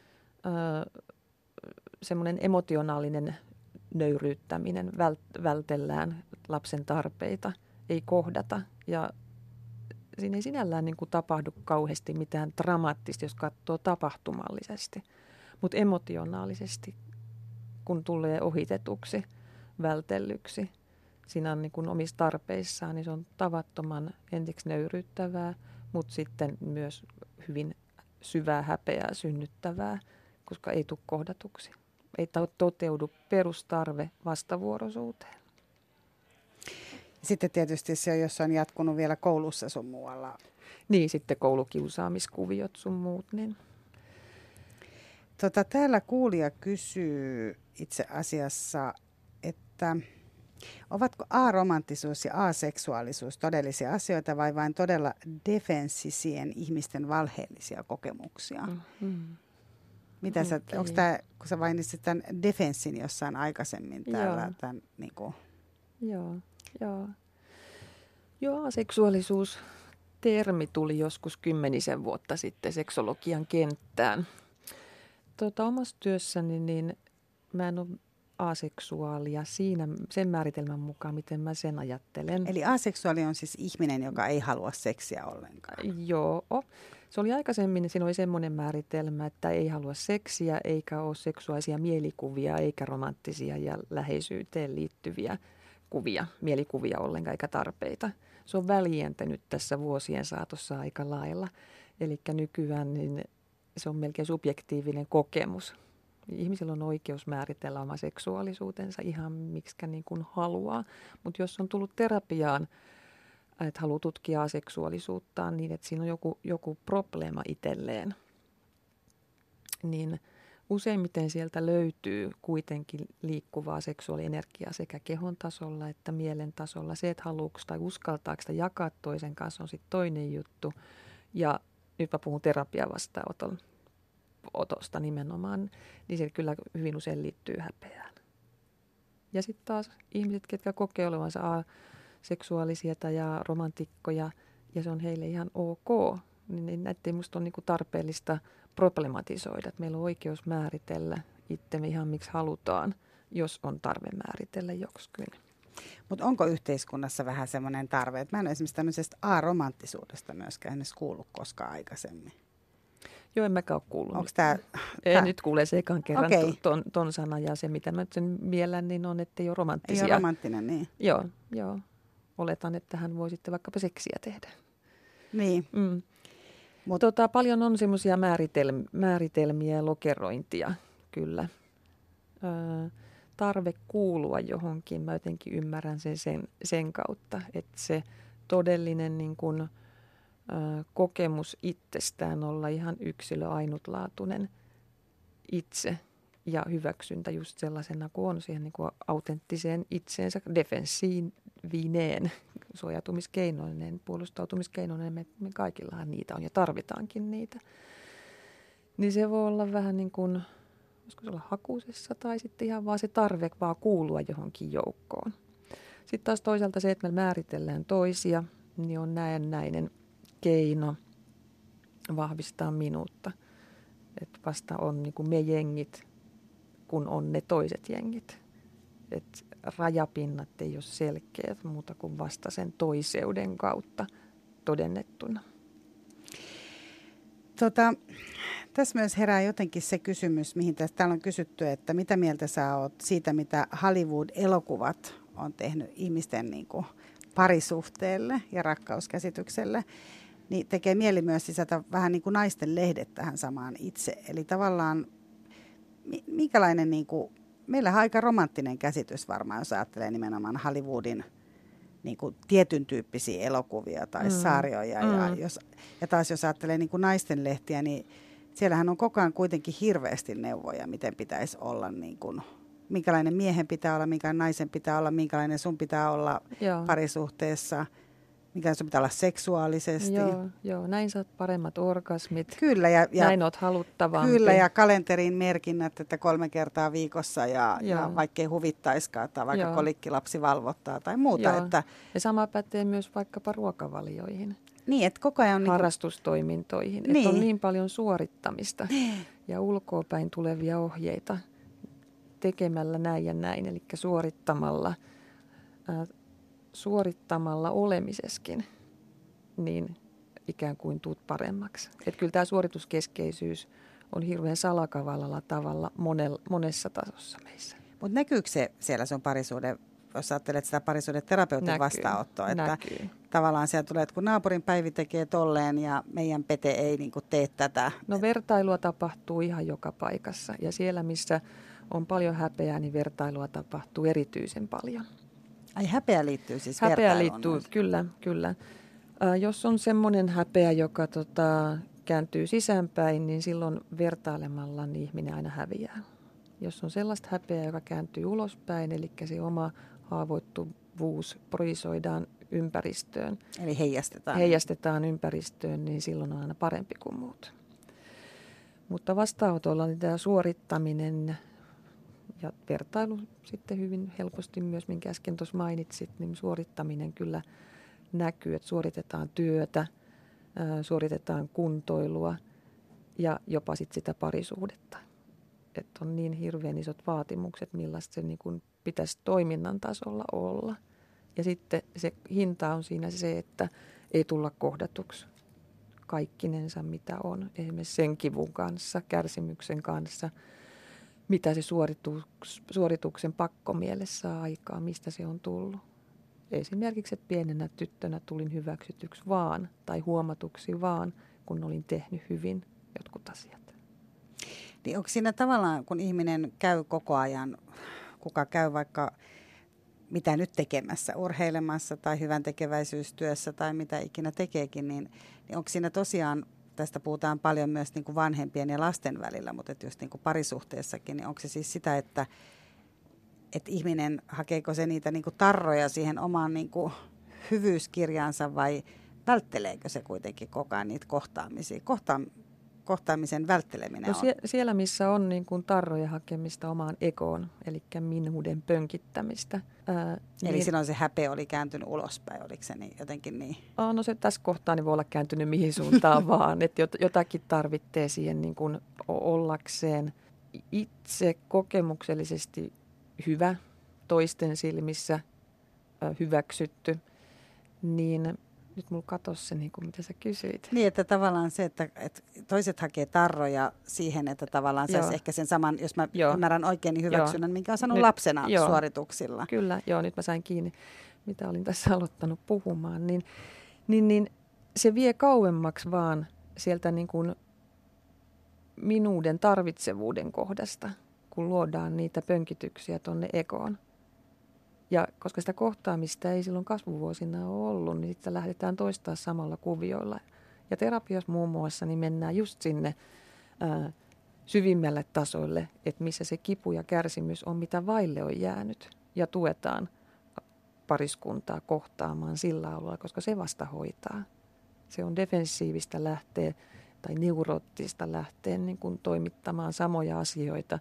ö, semmoinen emotionaalinen nöyryyttäminen, vält- vältellään lapsen tarpeita, ei kohdata ja siinä ei sinällään niin kuin tapahdu kauheasti mitään dramaattista, jos katsoo tapahtumallisesti, mutta emotionaalisesti, kun tulee ohitetuksi, vältellyksi, siinä on niin kuin omissa tarpeissaan, niin se on tavattoman ensiksi nöyryyttävää, mutta sitten myös hyvin syvää häpeää synnyttävää, koska ei tule kohdatuksi. Ei toteudu perustarve vastavuoroisuuteen. Sitten tietysti se on, jos on jatkunut vielä koulussa sun muualla. Niin, sitten koulukiusaamiskuviot sun muut. Niin. Tota, täällä kuulija kysyy itse asiassa, että ovatko aromanttisuus ja aseksuaalisuus todellisia asioita vai vain todella defenssisien ihmisten valheellisia kokemuksia? Mm-hmm. Mitä okay. sä, onko tämä, kun sä mainitsit tämän defenssin jossain aikaisemmin täällä? Joo. Tämän, niin kuin... Joo. Joo. Joo, aseksuaalisuus termi tuli joskus kymmenisen vuotta sitten seksologian kenttään. Tota, omassa työssäni niin mä en ole aseksuaalia siinä sen määritelmän mukaan, miten mä sen ajattelen. Eli aseksuaali on siis ihminen, joka ei halua seksiä ollenkaan. Joo. Se oli aikaisemmin, siinä oli semmoinen määritelmä, että ei halua seksiä, eikä ole seksuaalisia mielikuvia, eikä romanttisia ja läheisyyteen liittyviä kuvia, mielikuvia ollenkaan eikä tarpeita. Se on väljentänyt tässä vuosien saatossa aika lailla. Eli nykyään niin se on melkein subjektiivinen kokemus. Ihmisillä on oikeus määritellä oma seksuaalisuutensa ihan miksikä niin kuin haluaa. Mutta jos on tullut terapiaan, että haluaa tutkia aseksuaalisuuttaan niin, että siinä on joku, joku probleema itselleen, niin useimmiten sieltä löytyy kuitenkin liikkuvaa seksuaalienergiaa sekä kehon tasolla että mielen tasolla. Se, että haluuko tai uskaltaako sitä jakaa toisen kanssa, on sitten toinen juttu. Ja nyt mä puhun terapiavastaanotosta nimenomaan, niin se kyllä hyvin usein liittyy häpeään. Ja sitten taas ihmiset, ketkä kokee olevansa seksuaalisia tai romantikkoja, ja se on heille ihan ok, niin näitä musta on niinku tarpeellista problematisoida, että meillä on oikeus määritellä itsemme ihan miksi halutaan jos on tarve määritellä joksikin. Mutta onko yhteiskunnassa vähän semmoinen tarve, että mä en ole esimerkiksi tämmöisestä aromanttisuudesta myöskään edes kuullut koskaan aikaisemmin. Joo, en mäkään ole kuullut. Onko tämä... En nyt kuule se ekan kerran okay. ton, ton sanan ja se, mitä mä sen miellän, niin on, että ei ole romanttisia. Ei ole romanttinen, niin. Joo, joo. Oletan, että hän voi sitten vaikkapa seksiä tehdä. Niin. Mm. Mut, tota, paljon on semmoisia määritelm- määritelmiä ja lokerointia, kyllä. Öö, tarve kuulua johonkin, mä jotenkin ymmärrän sen sen, sen kautta, että se todellinen niin kun, ö, kokemus itsestään olla ihan yksilö, ainutlaatuinen itse ja hyväksyntä just sellaisena kuin on siihen niin kuin autenttiseen itseensä defensiivineen, suojautumiskeinoinen, puolustautumiskeinoinen, me, me kaikillahan niitä on ja tarvitaankin niitä. Niin se voi olla vähän niin kuin, voisiko se olla hakusessa tai sitten ihan vaan se tarve vaan kuulua johonkin joukkoon. Sitten taas toisaalta se, että me määritellään toisia, niin on näennäinen keino vahvistaa minuutta. Että vasta on niin kuin me jengit, kun on ne toiset jengit. Että rajapinnat ei ole selkeät muuta kuin vasta sen toiseuden kautta todennettuna. Tota, tässä myös herää jotenkin se kysymys, mihin tässä, täällä on kysytty, että mitä mieltä sä oot siitä, mitä Hollywood-elokuvat on tehnyt ihmisten niin kuin parisuhteelle ja rakkauskäsitykselle. Niin tekee mieli myös sisätä vähän niin kuin naisten lehdet tähän samaan itse. Eli tavallaan, minkälainen, niin kuin, meillähän on aika romanttinen käsitys varmaan, jos ajattelee nimenomaan Hollywoodin niin kuin tietyn tyyppisiä elokuvia tai mm. sarjoja. Mm. Ja, jos, ja taas jos ajattelee niin kuin naisten lehtiä, niin siellähän on koko ajan kuitenkin hirveästi neuvoja, miten pitäisi olla, niin kuin, minkälainen miehen pitää olla, minkälainen naisen pitää olla, minkälainen sun pitää olla Joo. parisuhteessa. Mikä sun pitää olla seksuaalisesti. Joo, joo, näin saat paremmat orgasmit. Kyllä. Ja, ja, näin oot haluttavampi. Kyllä, ja kalenteriin merkinnät, että kolme kertaa viikossa ja, ja vaikkei huvittaiskaan tai vaikka joo. kolikkilapsi valvottaa tai muuta. Että, ja sama pätee myös vaikkapa ruokavalioihin. Niin, että koko ajan on harrastustoimintoihin. Niin. Että on niin paljon suorittamista ja ulkoapäin tulevia ohjeita tekemällä näin ja näin, eli suorittamalla äh, suorittamalla olemiseskin, niin ikään kuin tuut paremmaksi. Että kyllä tämä suorituskeskeisyys on hirveän salakavallalla tavalla monel, monessa tasossa meissä. Mutta näkyykö se siellä sun parisuuden, jos ajattelet sitä parisuuden terapeutin näkyy, vastaanottoa, että näkyy. Tavallaan siellä tulee, että kun naapurin Päivi tekee tolleen ja meidän Pete ei niin kuin tee tätä. No vertailua tapahtuu ihan joka paikassa ja siellä, missä on paljon häpeää, niin vertailua tapahtuu erityisen paljon. Ai häpeä liittyy siis Häpeä liittyy, myös. kyllä, kyllä. Äh, jos on semmoinen häpeä, joka tota, kääntyy sisäänpäin, niin silloin vertailemalla niin ihminen aina häviää. Jos on sellaista häpeää, joka kääntyy ulospäin, eli se oma haavoittuvuus projisoidaan ympäristöön. Eli heijastetaan. Heijastetaan ympäristöön, niin silloin on aina parempi kuin muut. Mutta vastaanotolla niin tämä suorittaminen ja vertailu sitten hyvin helposti myös, minkä äsken tuossa mainitsit, niin suorittaminen kyllä näkyy, että suoritetaan työtä, ää, suoritetaan kuntoilua ja jopa sit sitä parisuhdetta. Että on niin hirveän isot vaatimukset, millaista se niin kuin pitäisi toiminnan tasolla olla. Ja sitten se hinta on siinä se, että ei tulla kohdatuksi kaikkinensa mitä on. Esimerkiksi sen kivun kanssa, kärsimyksen kanssa, mitä se suoritus, suorituksen pakkomielessä saa aikaa, mistä se on tullut. Esimerkiksi, että pienenä tyttönä tulin hyväksytyksi vaan tai huomatuksi vaan, kun olin tehnyt hyvin jotkut asiat. Niin onko siinä tavallaan, kun ihminen käy koko ajan, kuka käy vaikka mitä nyt tekemässä, urheilemassa tai hyvän tekeväisyystyössä tai mitä ikinä tekeekin, niin, niin onko siinä tosiaan, tästä puhutaan paljon myös niin kuin vanhempien ja lasten välillä, mutta että just niin kuin parisuhteessakin, niin onko se siis sitä, että, että ihminen, hakeeko se niitä niin kuin tarroja siihen omaan niin kuin hyvyyskirjaansa vai vältteleekö se kuitenkin koko ajan niitä kohtaamisia? Kohta, kohtaamisen vältteleminen no on. Sie- siellä, missä on niin kuin tarroja hakemista omaan ekoon, eli minuuden pönkittämistä. Ää, Eli niin, silloin se häpeä oli kääntynyt ulospäin, oliko se niin, jotenkin niin? Oh, no se tässä kohtaa niin voi olla kääntynyt mihin suuntaan vaan, että jotakin tarvitsee siihen niin kuin ollakseen itse kokemuksellisesti hyvä toisten silmissä, hyväksytty, niin nyt mulla katosi se, niin kuin mitä sä kysyit. Niin, että tavallaan se, että, että toiset hakee tarroja siihen, että tavallaan saisi ehkä sen saman, jos mä joo. ymmärrän oikein, niin hyväksynnän, joo. minkä on saanut nyt, lapsena joo. suorituksilla. Kyllä, joo, nyt mä sain kiinni, mitä olin tässä aloittanut puhumaan. Niin, niin, niin se vie kauemmaksi vaan sieltä niin kuin minuuden tarvitsevuuden kohdasta, kun luodaan niitä pönkityksiä tuonne ekoon. Ja koska sitä kohtaamista ei silloin kasvuvuosina ole ollut, niin sitten lähdetään toistaa samalla kuvioilla. Ja terapiassa muun muassa niin mennään just sinne ää, syvimmälle tasoille, että missä se kipu ja kärsimys on, mitä vaille on jäänyt. Ja tuetaan pariskuntaa kohtaamaan sillä alueella, koska se vasta hoitaa. Se on defensiivistä lähteä tai neuroottista lähteä niin kuin toimittamaan samoja asioita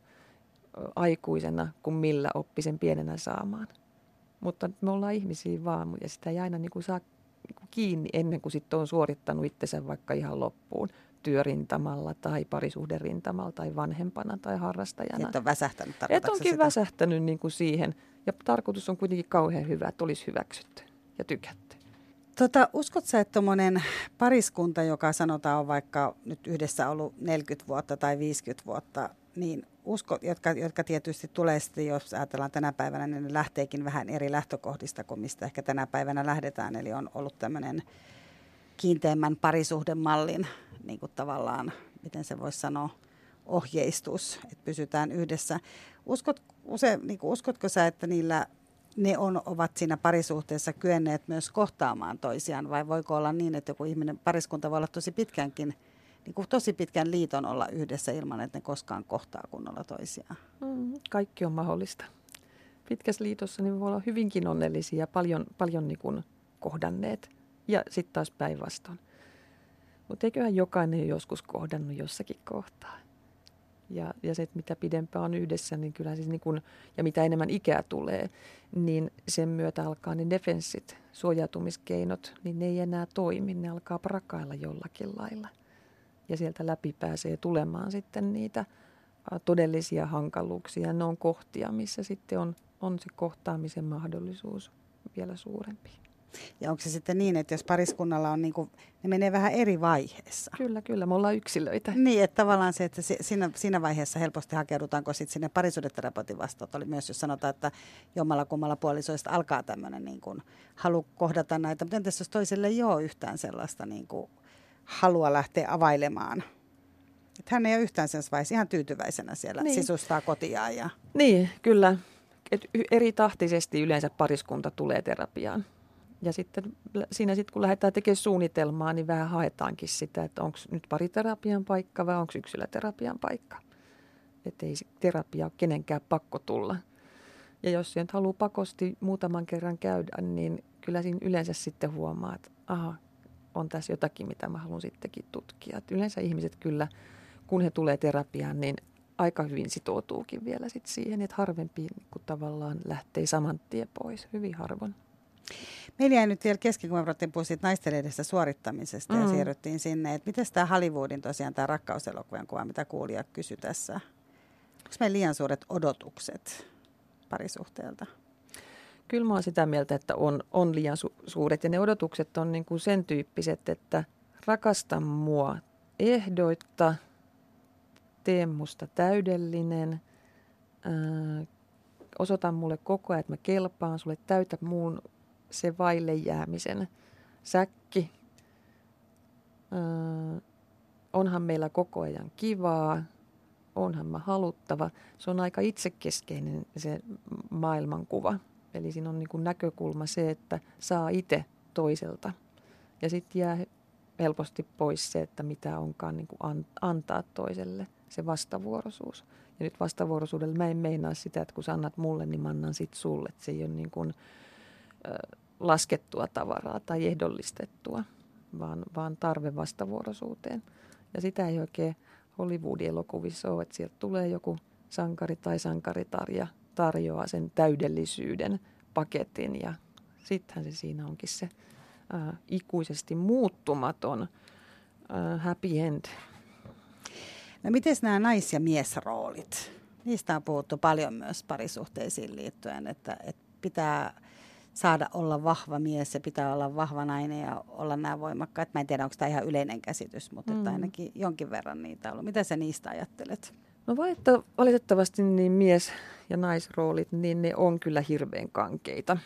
aikuisena kuin millä oppi sen pienenä saamaan. Mutta me ollaan ihmisiä vaan ja sitä ei aina niin kuin saa niin kuin kiinni ennen kuin sitten on suorittanut itsensä vaikka ihan loppuun työrintamalla tai parisuhderintamalla tai vanhempana tai harrastajana. Että on väsähtänyt, Että onkin sitä? väsähtänyt niin kuin siihen ja tarkoitus on kuitenkin kauhean hyvä, että olisi hyväksytty ja tykätty. Tota, uskotko sä, että tuommoinen pariskunta, joka sanotaan on vaikka nyt yhdessä ollut neljäkymmentä vuotta tai viisikymmentä vuotta, niin usko, jotka, jotka tietysti tulee sitten, jos ajatellaan tänä päivänä, niin ne lähteekin vähän eri lähtökohdista kuin mistä ehkä tänä päivänä lähdetään. Eli on ollut tämmöinen kiinteämmän parisuhdemallin niin kuin tavallaan, miten se voisi sanoa, ohjeistus, että pysytään yhdessä. Uskot, use, niin kuin, uskotko sä, että niillä ne on, ovat siinä parisuhteessa kyenneet myös kohtaamaan toisiaan, vai voiko olla niin, että joku ihminen, pariskunta voi olla tosi pitkänkin, niin kuin tosi pitkän liiton olla yhdessä ilman, että ne koskaan kohtaa kunnolla toisiaan? Mm, kaikki on mahdollista. Pitkässä liitossa niin voi olla hyvinkin onnellisia ja paljon, paljon niin kuin kohdanneet ja sitten taas päinvastoin. Mutta eiköhän jokainen ole joskus kohdannut jossakin kohtaa. Ja, ja se, että mitä pidempään on yhdessä, niin kyllä siis niin kun, ja mitä enemmän ikää tulee, niin sen myötä alkaa ne defenssit, suojautumiskeinot, niin ne ei enää toimi, ne alkaa prakailla jollakin lailla. Ja sieltä läpi pääsee tulemaan sitten niitä todellisia hankaluuksia. Ne on kohtia, missä sitten on, on se kohtaamisen mahdollisuus vielä suurempi. Ja onko se sitten niin, että jos pariskunnalla on, niin kuin, ne menee vähän eri vaiheessa? Kyllä, kyllä. Me ollaan yksilöitä. Niin, että tavallaan se, että siinä, siinä vaiheessa helposti hakeudutaanko sitten sinne parisuhdeterapeutin vastaat. Oli myös, jos sanotaan, että jommalla kummalla puolisoista alkaa tämmöinen niin kuin halu kohdata näitä. Mutta entäs jos toiselle ei ole yhtään sellaista niin kuin halua lähteä availemaan? Että hän ei ole yhtään sen vaiheessa ihan tyytyväisenä siellä, niin. Sisustaa kotiaan. Ja... Niin, kyllä. Et eri tahtisesti yleensä pariskunta tulee terapiaan. Ja sitten siinä sitten, kun lähdetään tekemään suunnitelmaa, niin vähän haetaankin sitä, että onko nyt pariterapian paikka vai onko yksilöterapian paikka. Että ei terapia ole kenenkään pakko tulla. Ja jos se nyt haluaa pakosti muutaman kerran käydä, niin kyllä siinä yleensä sitten huomaa, että aha, on tässä jotakin, mitä mä haluan sittenkin tutkia. Että yleensä ihmiset kyllä, kun he tulee terapiaan, niin aika hyvin sitoutuukin vielä sitten siihen, että harvempi niin tavallaan lähtee saman tien pois, hyvin harvoin. Meillä jäi nyt vielä kesken, kun me ruvettiin puhua siitä naisten suorittamisesta mm. ja siirryttiin sinne, että miten tämä Hollywoodin tosiaan tämä rakkauselokuvan kuva, mitä kuulija kysyi tässä. Onko meillä liian suuret odotukset parisuhteelta? Kyllä mä oon sitä mieltä, että on, on liian su- suuret ja ne odotukset on niin kuin sen tyyppiset, että rakasta mua ehdoitta, tee musta täydellinen, ää, osoita mulle koko ajan, että mä kelpaan sulle, täytä muun se vaille jäämisen säkki. Öö, onhan meillä koko ajan kivaa, onhan mä haluttava. Se on aika itsekeskeinen se maailmankuva. Eli siinä on niin kuin näkökulma se, että saa itse toiselta. Ja sitten jää helposti pois se, että mitä onkaan niin kuin antaa toiselle, se vastavuoroisuus. Ja nyt vastavuoroisuudella mä en meinaa sitä, että kun sä annat mulle, niin mä annan sit sulle. Että se ei ole niin kuin laskettua tavaraa tai ehdollistettua, vaan, vaan tarve vastavuoroisuuteen. Ja sitä ei oikein Hollywoodin elokuvissa ole, että sieltä tulee joku sankari tai sankaritar ja tarjoaa sen täydellisyyden paketin ja sittenhän se siinä onkin se ää, ikuisesti muuttumaton ää, happy end. No miten nämä nais- ja miesroolit? Niistä on puhuttu paljon myös parisuhteisiin liittyen, että, että pitää saada olla vahva mies ja pitää olla vahva nainen ja olla nämä voimakkaat. Mä en tiedä, onko tämä ihan yleinen käsitys, mutta mm. että ainakin jonkin verran niitä on ollut. Mitä sä niistä ajattelet? No valitettavasti niin mies- ja naisroolit, niin ne on kyllä hirveän kankeita,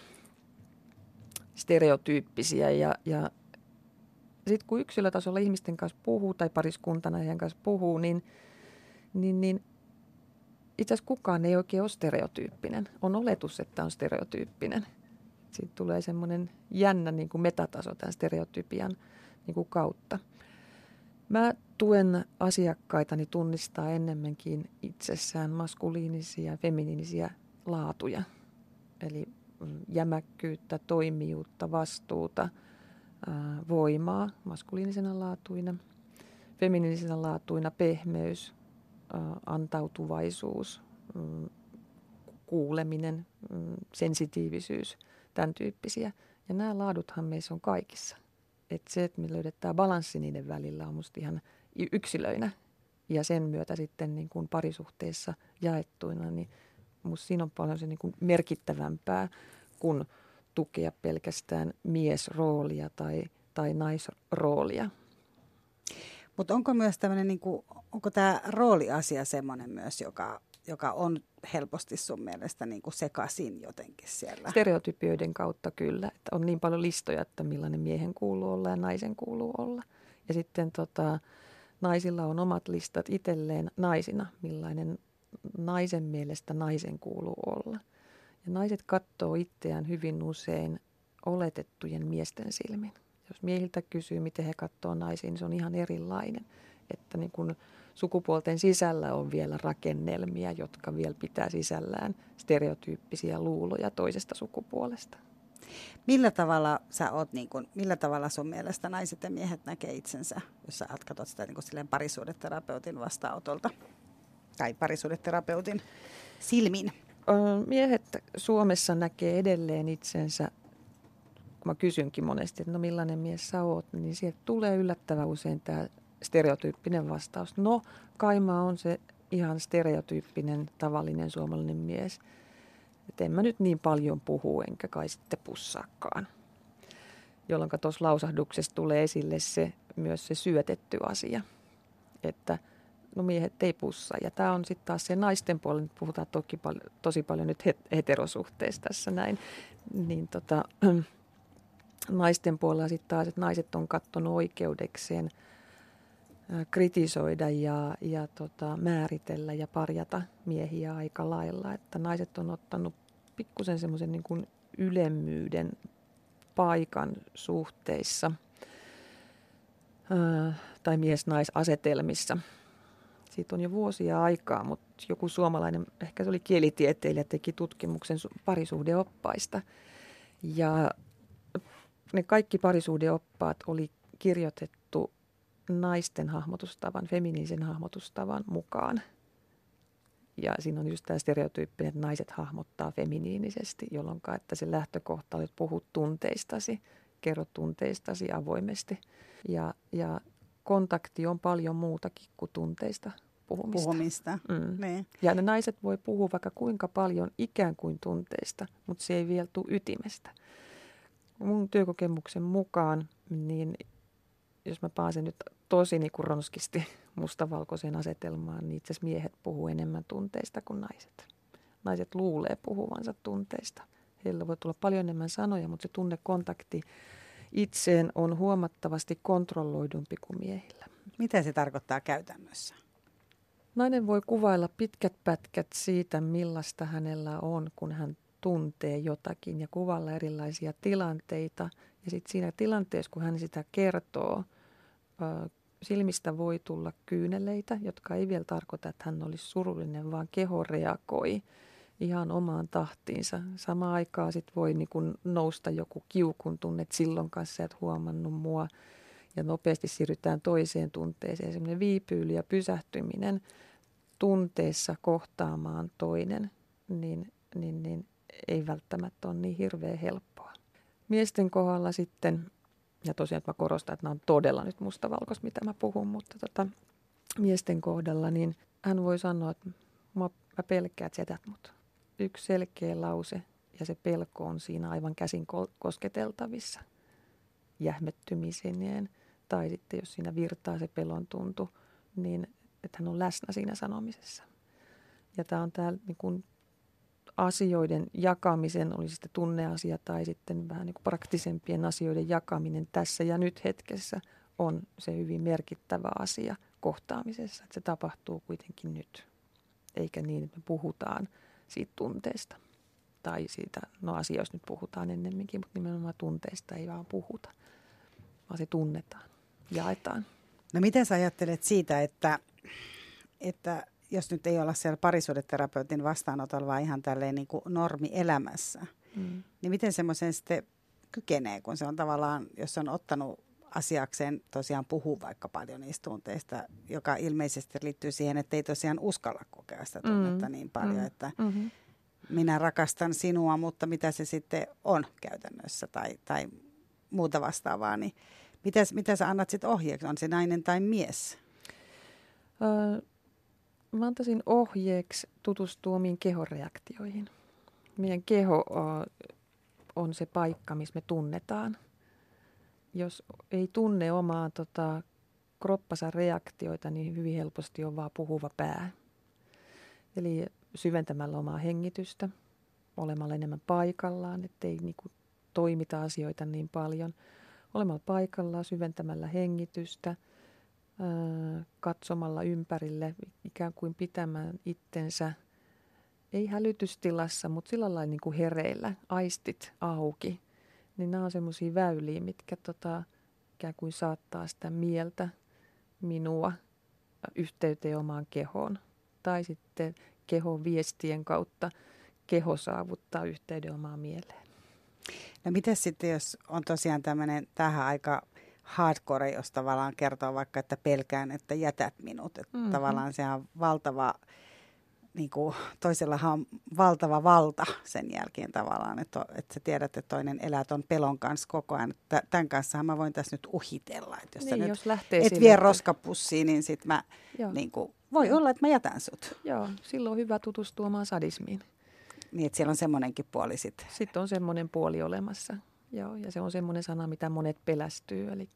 stereotyyppisiä ja, ja sitten kun yksilötasolla ihmisten kanssa puhuu tai pariskuntana heidän kanssa puhuu, niin, niin, niin itse asiassa kukaan ei oikein ole stereotyyppinen. On oletus, että on stereotyyppinen. Siitä tulee semmoinen jännä niin kuin metataso tämän stereotypian niin kuin kautta. Mä tuen asiakkaitani tunnistaa enemmänkin itsessään maskuliinisia ja feminiinisiä laatuja. Eli jämäkkyyttä, toimijuutta, vastuuta, voimaa maskuliinisena laatuina. Feminiinisenä laatuina pehmeys, antautuvaisuus, kuuleminen, sensitiivisyys, tämän tyyppisiä. Ja nämä laaduthan meissä on kaikissa. Että se, että me löydetään balanssi niiden välillä, on musta ihan yksilöinä. Ja sen myötä sitten niin kuin parisuhteessa jaettuina, niin musta siinä on paljon se niin kuin merkittävämpää kuin tukea pelkästään miesroolia tai, tai naisroolia. Mutta onko myös tämmöinen, niin kuin, onko tämä rooliasia semmoinen myös, joka, joka on helposti sun mielestä niin kuin sekaisin jotenkin siellä? Stereotypioiden kautta kyllä, että on niin paljon listoja, että millainen miehen kuuluu olla ja naisen kuuluu olla. Ja sitten tota, naisilla on omat listat itselleen naisina, millainen naisen mielestä naisen kuuluu olla. Ja naiset katsoo itseään hyvin usein oletettujen miesten silmin. Jos miehiltä kysyy, miten he katsoo naisiin, niin se on ihan erilainen. Että niin kun sukupuolten sisällä on vielä rakennelmia, jotka vielä pitää sisällään stereotyyppisiä luuloja toisesta sukupuolesta. Millä tavalla sä oot, niin kun, millä tavalla sun mielestä naiset ja miehet näkee itsensä, jos sä katsot sitä niin kun silleen parisuhdeterapeutin vastaanotolta tai parisuhdeterapeutin silmin? Miehet Suomessa näkee edelleen itsensä, kun mä kysynkin monesti, että no millainen mies sä oot, niin sieltä tulee yllättävän usein tämä stereotyyppinen vastaus. No, Kaima on se ihan stereotyyppinen tavallinen suomalainen mies. Että en mä nyt niin paljon puhu, enkä kai sitten pussaakaan. Jolloin tuossa lausahduksessa tulee esille se, myös se syötetty asia, että no miehet ei pussaa. Ja tämä on sitten taas se naisten puolella, nyt puhutaan toki paljon, tosi paljon nyt heterosuhteista tässä näin, niin tota, naisten puolella sitten taas, että naiset on katsonut oikeudekseen kritisoida ja, ja tota, määritellä ja parjata miehiä aika lailla. Että naiset on ottanut pikkusen semmoisen niin kuin ylemmyyden paikan suhteissa ää, tai mies-naisasetelmissa. Siitä on jo vuosia aikaa, mutta joku suomalainen, ehkä se oli kielitieteilijä, teki tutkimuksen parisuhdeoppaista. Ja ne kaikki parisuhdeoppaat oli kirjoitettu naisten hahmotustavan, feminiinisen hahmotustavan mukaan. Ja siinä on just tämä stereotyyppinen, että naiset hahmottaa feminiinisesti, jolloin että se lähtökohta oli, että puhut tunteistasi, kerro tunteistasi avoimesti. Ja, ja kontakti on paljon muutakin kuin tunteista puhumista. Puhumista. Mm. Niin. Ja ne naiset voi puhua vaikka kuinka paljon ikään kuin tunteista, mutta se ei vielä tule ytimestä. Mun työkokemuksen mukaan, niin jos mä pääsen nyt tosi niin kuin ronskisti mustavalkoiseen asetelmaan, niin itse asiassa miehet puhuu enemmän tunteista kuin naiset. Naiset luulee puhuvansa tunteista. Heillä voi tulla paljon enemmän sanoja, mutta se tunnekontakti itseen on huomattavasti kontrolloidumpi kuin miehillä. Mitä se tarkoittaa käytännössä? Nainen voi kuvailla pitkät pätkät siitä, millaista hänellä on, kun hän tuntee jotakin ja kuvailla erilaisia tilanteita. Ja sitten siinä tilanteessa, kun hän sitä kertoo, silmistä voi tulla kyyneleitä, jotka ei vielä tarkoita, että hän olisi surullinen, vaan keho reagoi ihan omaan tahtiinsa. Samaan aikaan sit voi niin kun nousta joku kiukun tunne, että silloin kanssa et huomannut mua. Ja nopeasti siirrytään toiseen tunteeseen. Sellainen viipyily ja pysähtyminen tunteessa kohtaamaan toinen, niin, niin, niin ei välttämättä ole niin hirveän helppoa. Miesten kohdalla sitten, ja tosiaan että mä korostan, että nämä on todella nyt mustavalkoista, mitä mä puhun, mutta tota, miesten kohdalla, niin hän voi sanoa, että mua mä pelkään, että sä jätät mut. Yksi selkeä lause ja se pelko on siinä aivan käsin kosketeltavissa jähmettymisineen. Tai sitten jos siinä virtaa se pelon tuntu, niin että hän on läsnä siinä sanomisessa. Ja tämä on täällä niin kuin asioiden jakamisen, oli sitten tunneasia tai sitten vähän niin kuin praktisempien asioiden jakaminen tässä ja nyt hetkessä on se hyvin merkittävä asia kohtaamisessa. Että se tapahtuu kuitenkin nyt, eikä niin, että me puhutaan siitä tunteesta. Tai siitä, no asioista nyt puhutaan ennemminkin, mutta nimenomaan tunteista ei vaan puhuta, vaan se tunnetaan, jaetaan. No miten sä ajattelet siitä, että, että jos nyt ei olla siellä parisuhdeterapeutin vastaanotolla, vaan ihan tälleen niin kuin normielämässä, mm. niin miten semmoisen sitten kykenee, kun se on tavallaan, jos on ottanut asiakseen tosiaan puhua vaikka paljon niistä tunteista, joka ilmeisesti liittyy siihen, että ei tosiaan uskalla kokea sitä tunnetta mm. niin paljon, mm. että mm-hmm. minä rakastan sinua, mutta mitä se sitten on käytännössä tai, tai muuta vastaavaa, niin mitä, mitä sä annat sitten ohjeeksi? On se nainen tai mies? Öö, mä antaisin ohjeeksi tutustua omiin kehoreaktioihin. Meidän keho öö, on se paikka, missä me tunnetaan. Jos ei tunne omaa tota, kroppansa reaktioita, niin hyvin helposti on vaan puhuva pää. Eli syventämällä omaa hengitystä, olemalla enemmän paikallaan, ettei niinku toimita asioita niin paljon. Olemalla paikallaan, syventämällä hengitystä, ää, katsomalla ympärille, ikään kuin pitämään itsensä, ei hälytystilassa, mutta sillä lailla niin kuin hereillä, aistit auki. Niin nämä on semmoisia väyliä, mitkä tota, ikään kuin saattaa sitä mieltä, minua, yhteyteen omaan kehoon. Tai sitten kehon viestien kautta keho saavuttaa yhteyden omaan mieleen. No miten sitten, jos on tosiaan tämmöinen tähän aika hardcore, jos tavallaan kertoo vaikka, että pelkään, että jätät minut. Että mm-hmm. tavallaan se on valtava, niin kuin toisellahan on valtava valta sen jälkeen tavallaan, että, että sä tiedät, että toinen elää ton pelon kanssa koko ajan. Että tämän kanssahan mä voin tässä nyt uhitella. Että jos niin, sä jos nyt et vie roskapussiin, niin sit mä, niin kuin, voi olla, että mä jätän sut. Joo, silloin on hyvä tutustua omaan sadismiin. Niin, että siellä on semmoinenkin puoli sitten. Sitten on semmoinen puoli olemassa. Joo, ja se on semmoinen sana, mitä monet pelästyy. Eli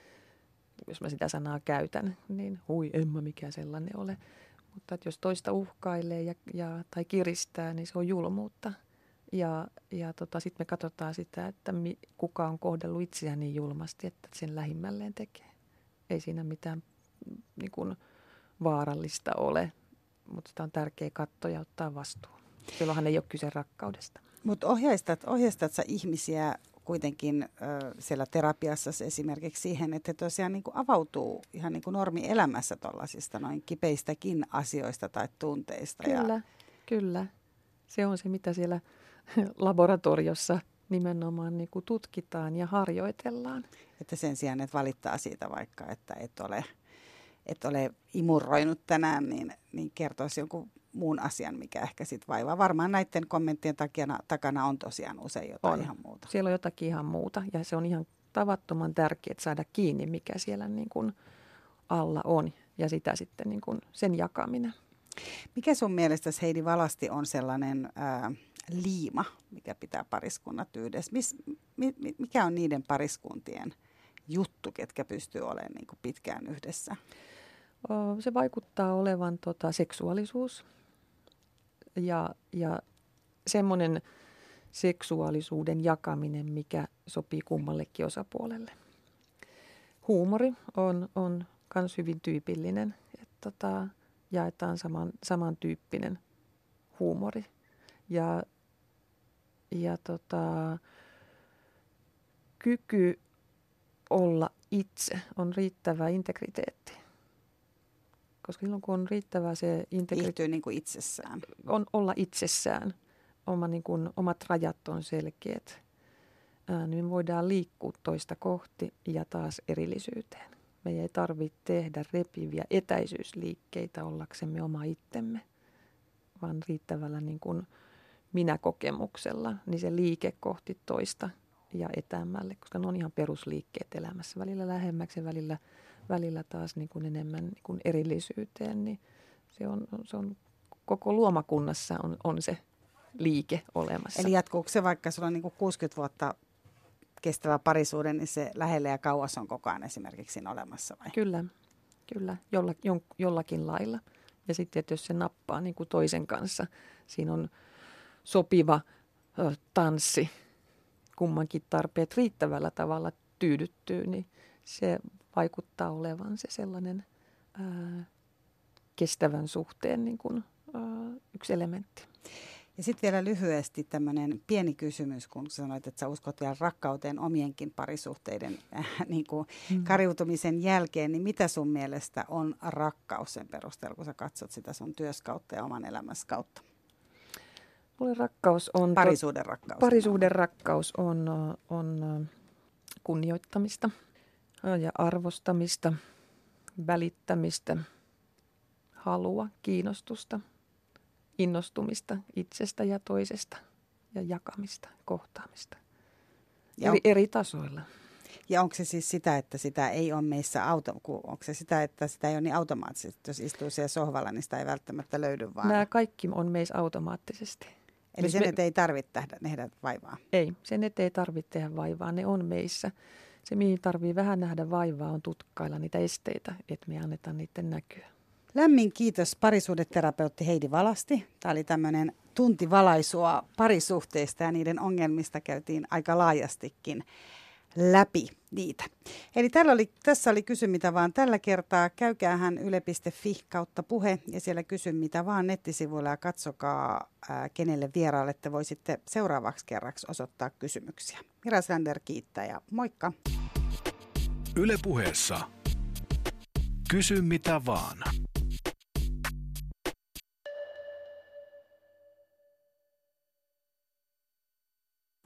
jos mä sitä sanaa käytän, niin hui, en mä mikään sellainen ole. Mutta että jos toista uhkailee ja, ja, tai kiristää, niin se on julmuutta. Ja, ja tota, sitten me katsotaan sitä, että mi, kuka on kohdellut itseään niin julmasti, että sen lähimmälleen tekee. Ei siinä mitään niin kuin vaarallista ole, mutta sitä on tärkeä katsoa ja ottaa vastuu. Silloinhan ei ole kyse rakkaudesta. Mutta ohjeistat, ohjeistat sä ihmisiä kuitenkin ö, siellä terapiassa esimerkiksi siihen, että he tosiaan niin kuin avautuu ihan niin kuin normielämässä tuollaisista noin kipeistäkin asioista tai tunteista. Kyllä, ja kyllä. Se on se, mitä siellä laboratoriossa nimenomaan niin kuin tutkitaan ja harjoitellaan. Että sen sijaan, että valittaa siitä vaikka, että et ole, et ole imuroinut tänään, niin, niin kertoisi jonkun muun asian, mikä ehkä sitten vaivaa. Varmaan näiden kommenttien takana, takana on tosiaan usein jotain on. Ihan muuta. Siellä on jotakin ihan muuta ja se on ihan tavattoman tärkeää saada kiinni, mikä siellä niin kuin alla on ja sitä sitten niin kuin sen jakaminen. Mikä sun mielestäsi, Heidi Valasti, on sellainen ää, liima, mikä pitää pariskunnat yhdessä? Mis, mi, mikä on niiden pariskuntien juttu, ketkä pystyy olemaan niin kuin pitkään yhdessä? Se vaikuttaa olevan tota, seksuaalisuus ja, ja semmoinen seksuaalisuuden jakaminen, mikä sopii kummallekin osapuolelle. Huumori on, on myös hyvin tyypillinen, että tota, jaetaan saman, samantyyppinen huumori. Ja, ja tota, kyky olla itse on riittävä integriteetti. Koska silloin kun on riittävää se integriteetti, niin kuin itsessään. On olla itsessään, oma, niin kuin, omat rajat on selkeät, ää, niin me voidaan liikkua toista kohti ja taas erillisyyteen. Meidän ei tarvitse tehdä repiviä etäisyysliikkeitä ollaksemme oma itsemme, vaan riittävällä niin kuin minäkokemuksella, niin se liike kohti toista ja etäämmälle, koska ne on ihan perusliikkeet elämässä, välillä lähemmäksi ja välillä, välillä taas niin kuin enemmän niin kuin erillisyyteen, niin se on, se on koko luomakunnassa on, on se liike olemassa. Eli jatkuuko se, vaikka sulla on niin kuin kuusikymmentä vuotta kestävä parisuuden, niin se lähellä ja kauas on koko ajan esimerkiksi siinä olemassa vai? Kyllä, kyllä jolla, jon, jollakin lailla. Ja sitten, että jos se nappaa niin kuin toisen kanssa, siinä on sopiva ö, tanssi, kummankin tarpeet riittävällä tavalla tyydyttyy, niin se vaikuttaa olevan se sellainen ää, kestävän suhteen niin kuin, ää, yksi elementti. Ja sitten vielä lyhyesti tämmöinen pieni kysymys, kun sanoit, että sä uskot vielä rakkauteen omienkin parisuhteiden äh, niin kuin mm. kariutumisen jälkeen, niin mitä sun mielestä on rakkaus sen perusteella, kun sä katsot sitä sun työskautta ja oman elämässä kautta? Mulle rakkaus on... Parisuuden rakkaus. Parisuuden rakkaus on, on kunnioittamista ja arvostamista, välittämistä, halua, kiinnostusta, innostumista itsestä ja toisesta ja jakamista, kohtaamista ja eri, on, eri tasoilla. Ja onko se siis sitä, että sitä ei ole meissä auto, onko se sitä, että sitä ei ole niin automaattisesti, jos istuu siellä sohvalla, niin sitä ei välttämättä löydy vaan? Nämä kaikki on meissä automaattisesti. Eli sen me, ei tarvitse tehdä, tehdä vaivaa? Ei, sen ei tarvitse tehdä vaivaa, ne on meissä. Se, mihin tarvii vähän nähdä vaivaa, on tutkailla niitä esteitä, että me annetaan niiden näkyä. Lämmin kiitos parisuhdeterapeutti Heidi Valasti. Tämä oli tämmöinen tunti valaisua parisuhteista ja niiden ongelmista käytiin aika laajastikin läpi niitä. Eli tällä oli, tässä oli Kysy mitä vaan tällä kertaa. Käykäähän yle piste fi kautta puhe ja siellä Kysy mitä vaan nettisivuilla ja katsokaa ää, kenelle vierailette. Voisitte seuraavaksi kerraksi osoittaa kysymyksiä. Mira Sländer kiittää ja moikka. Yle Puheessa Kysy mitä vaan.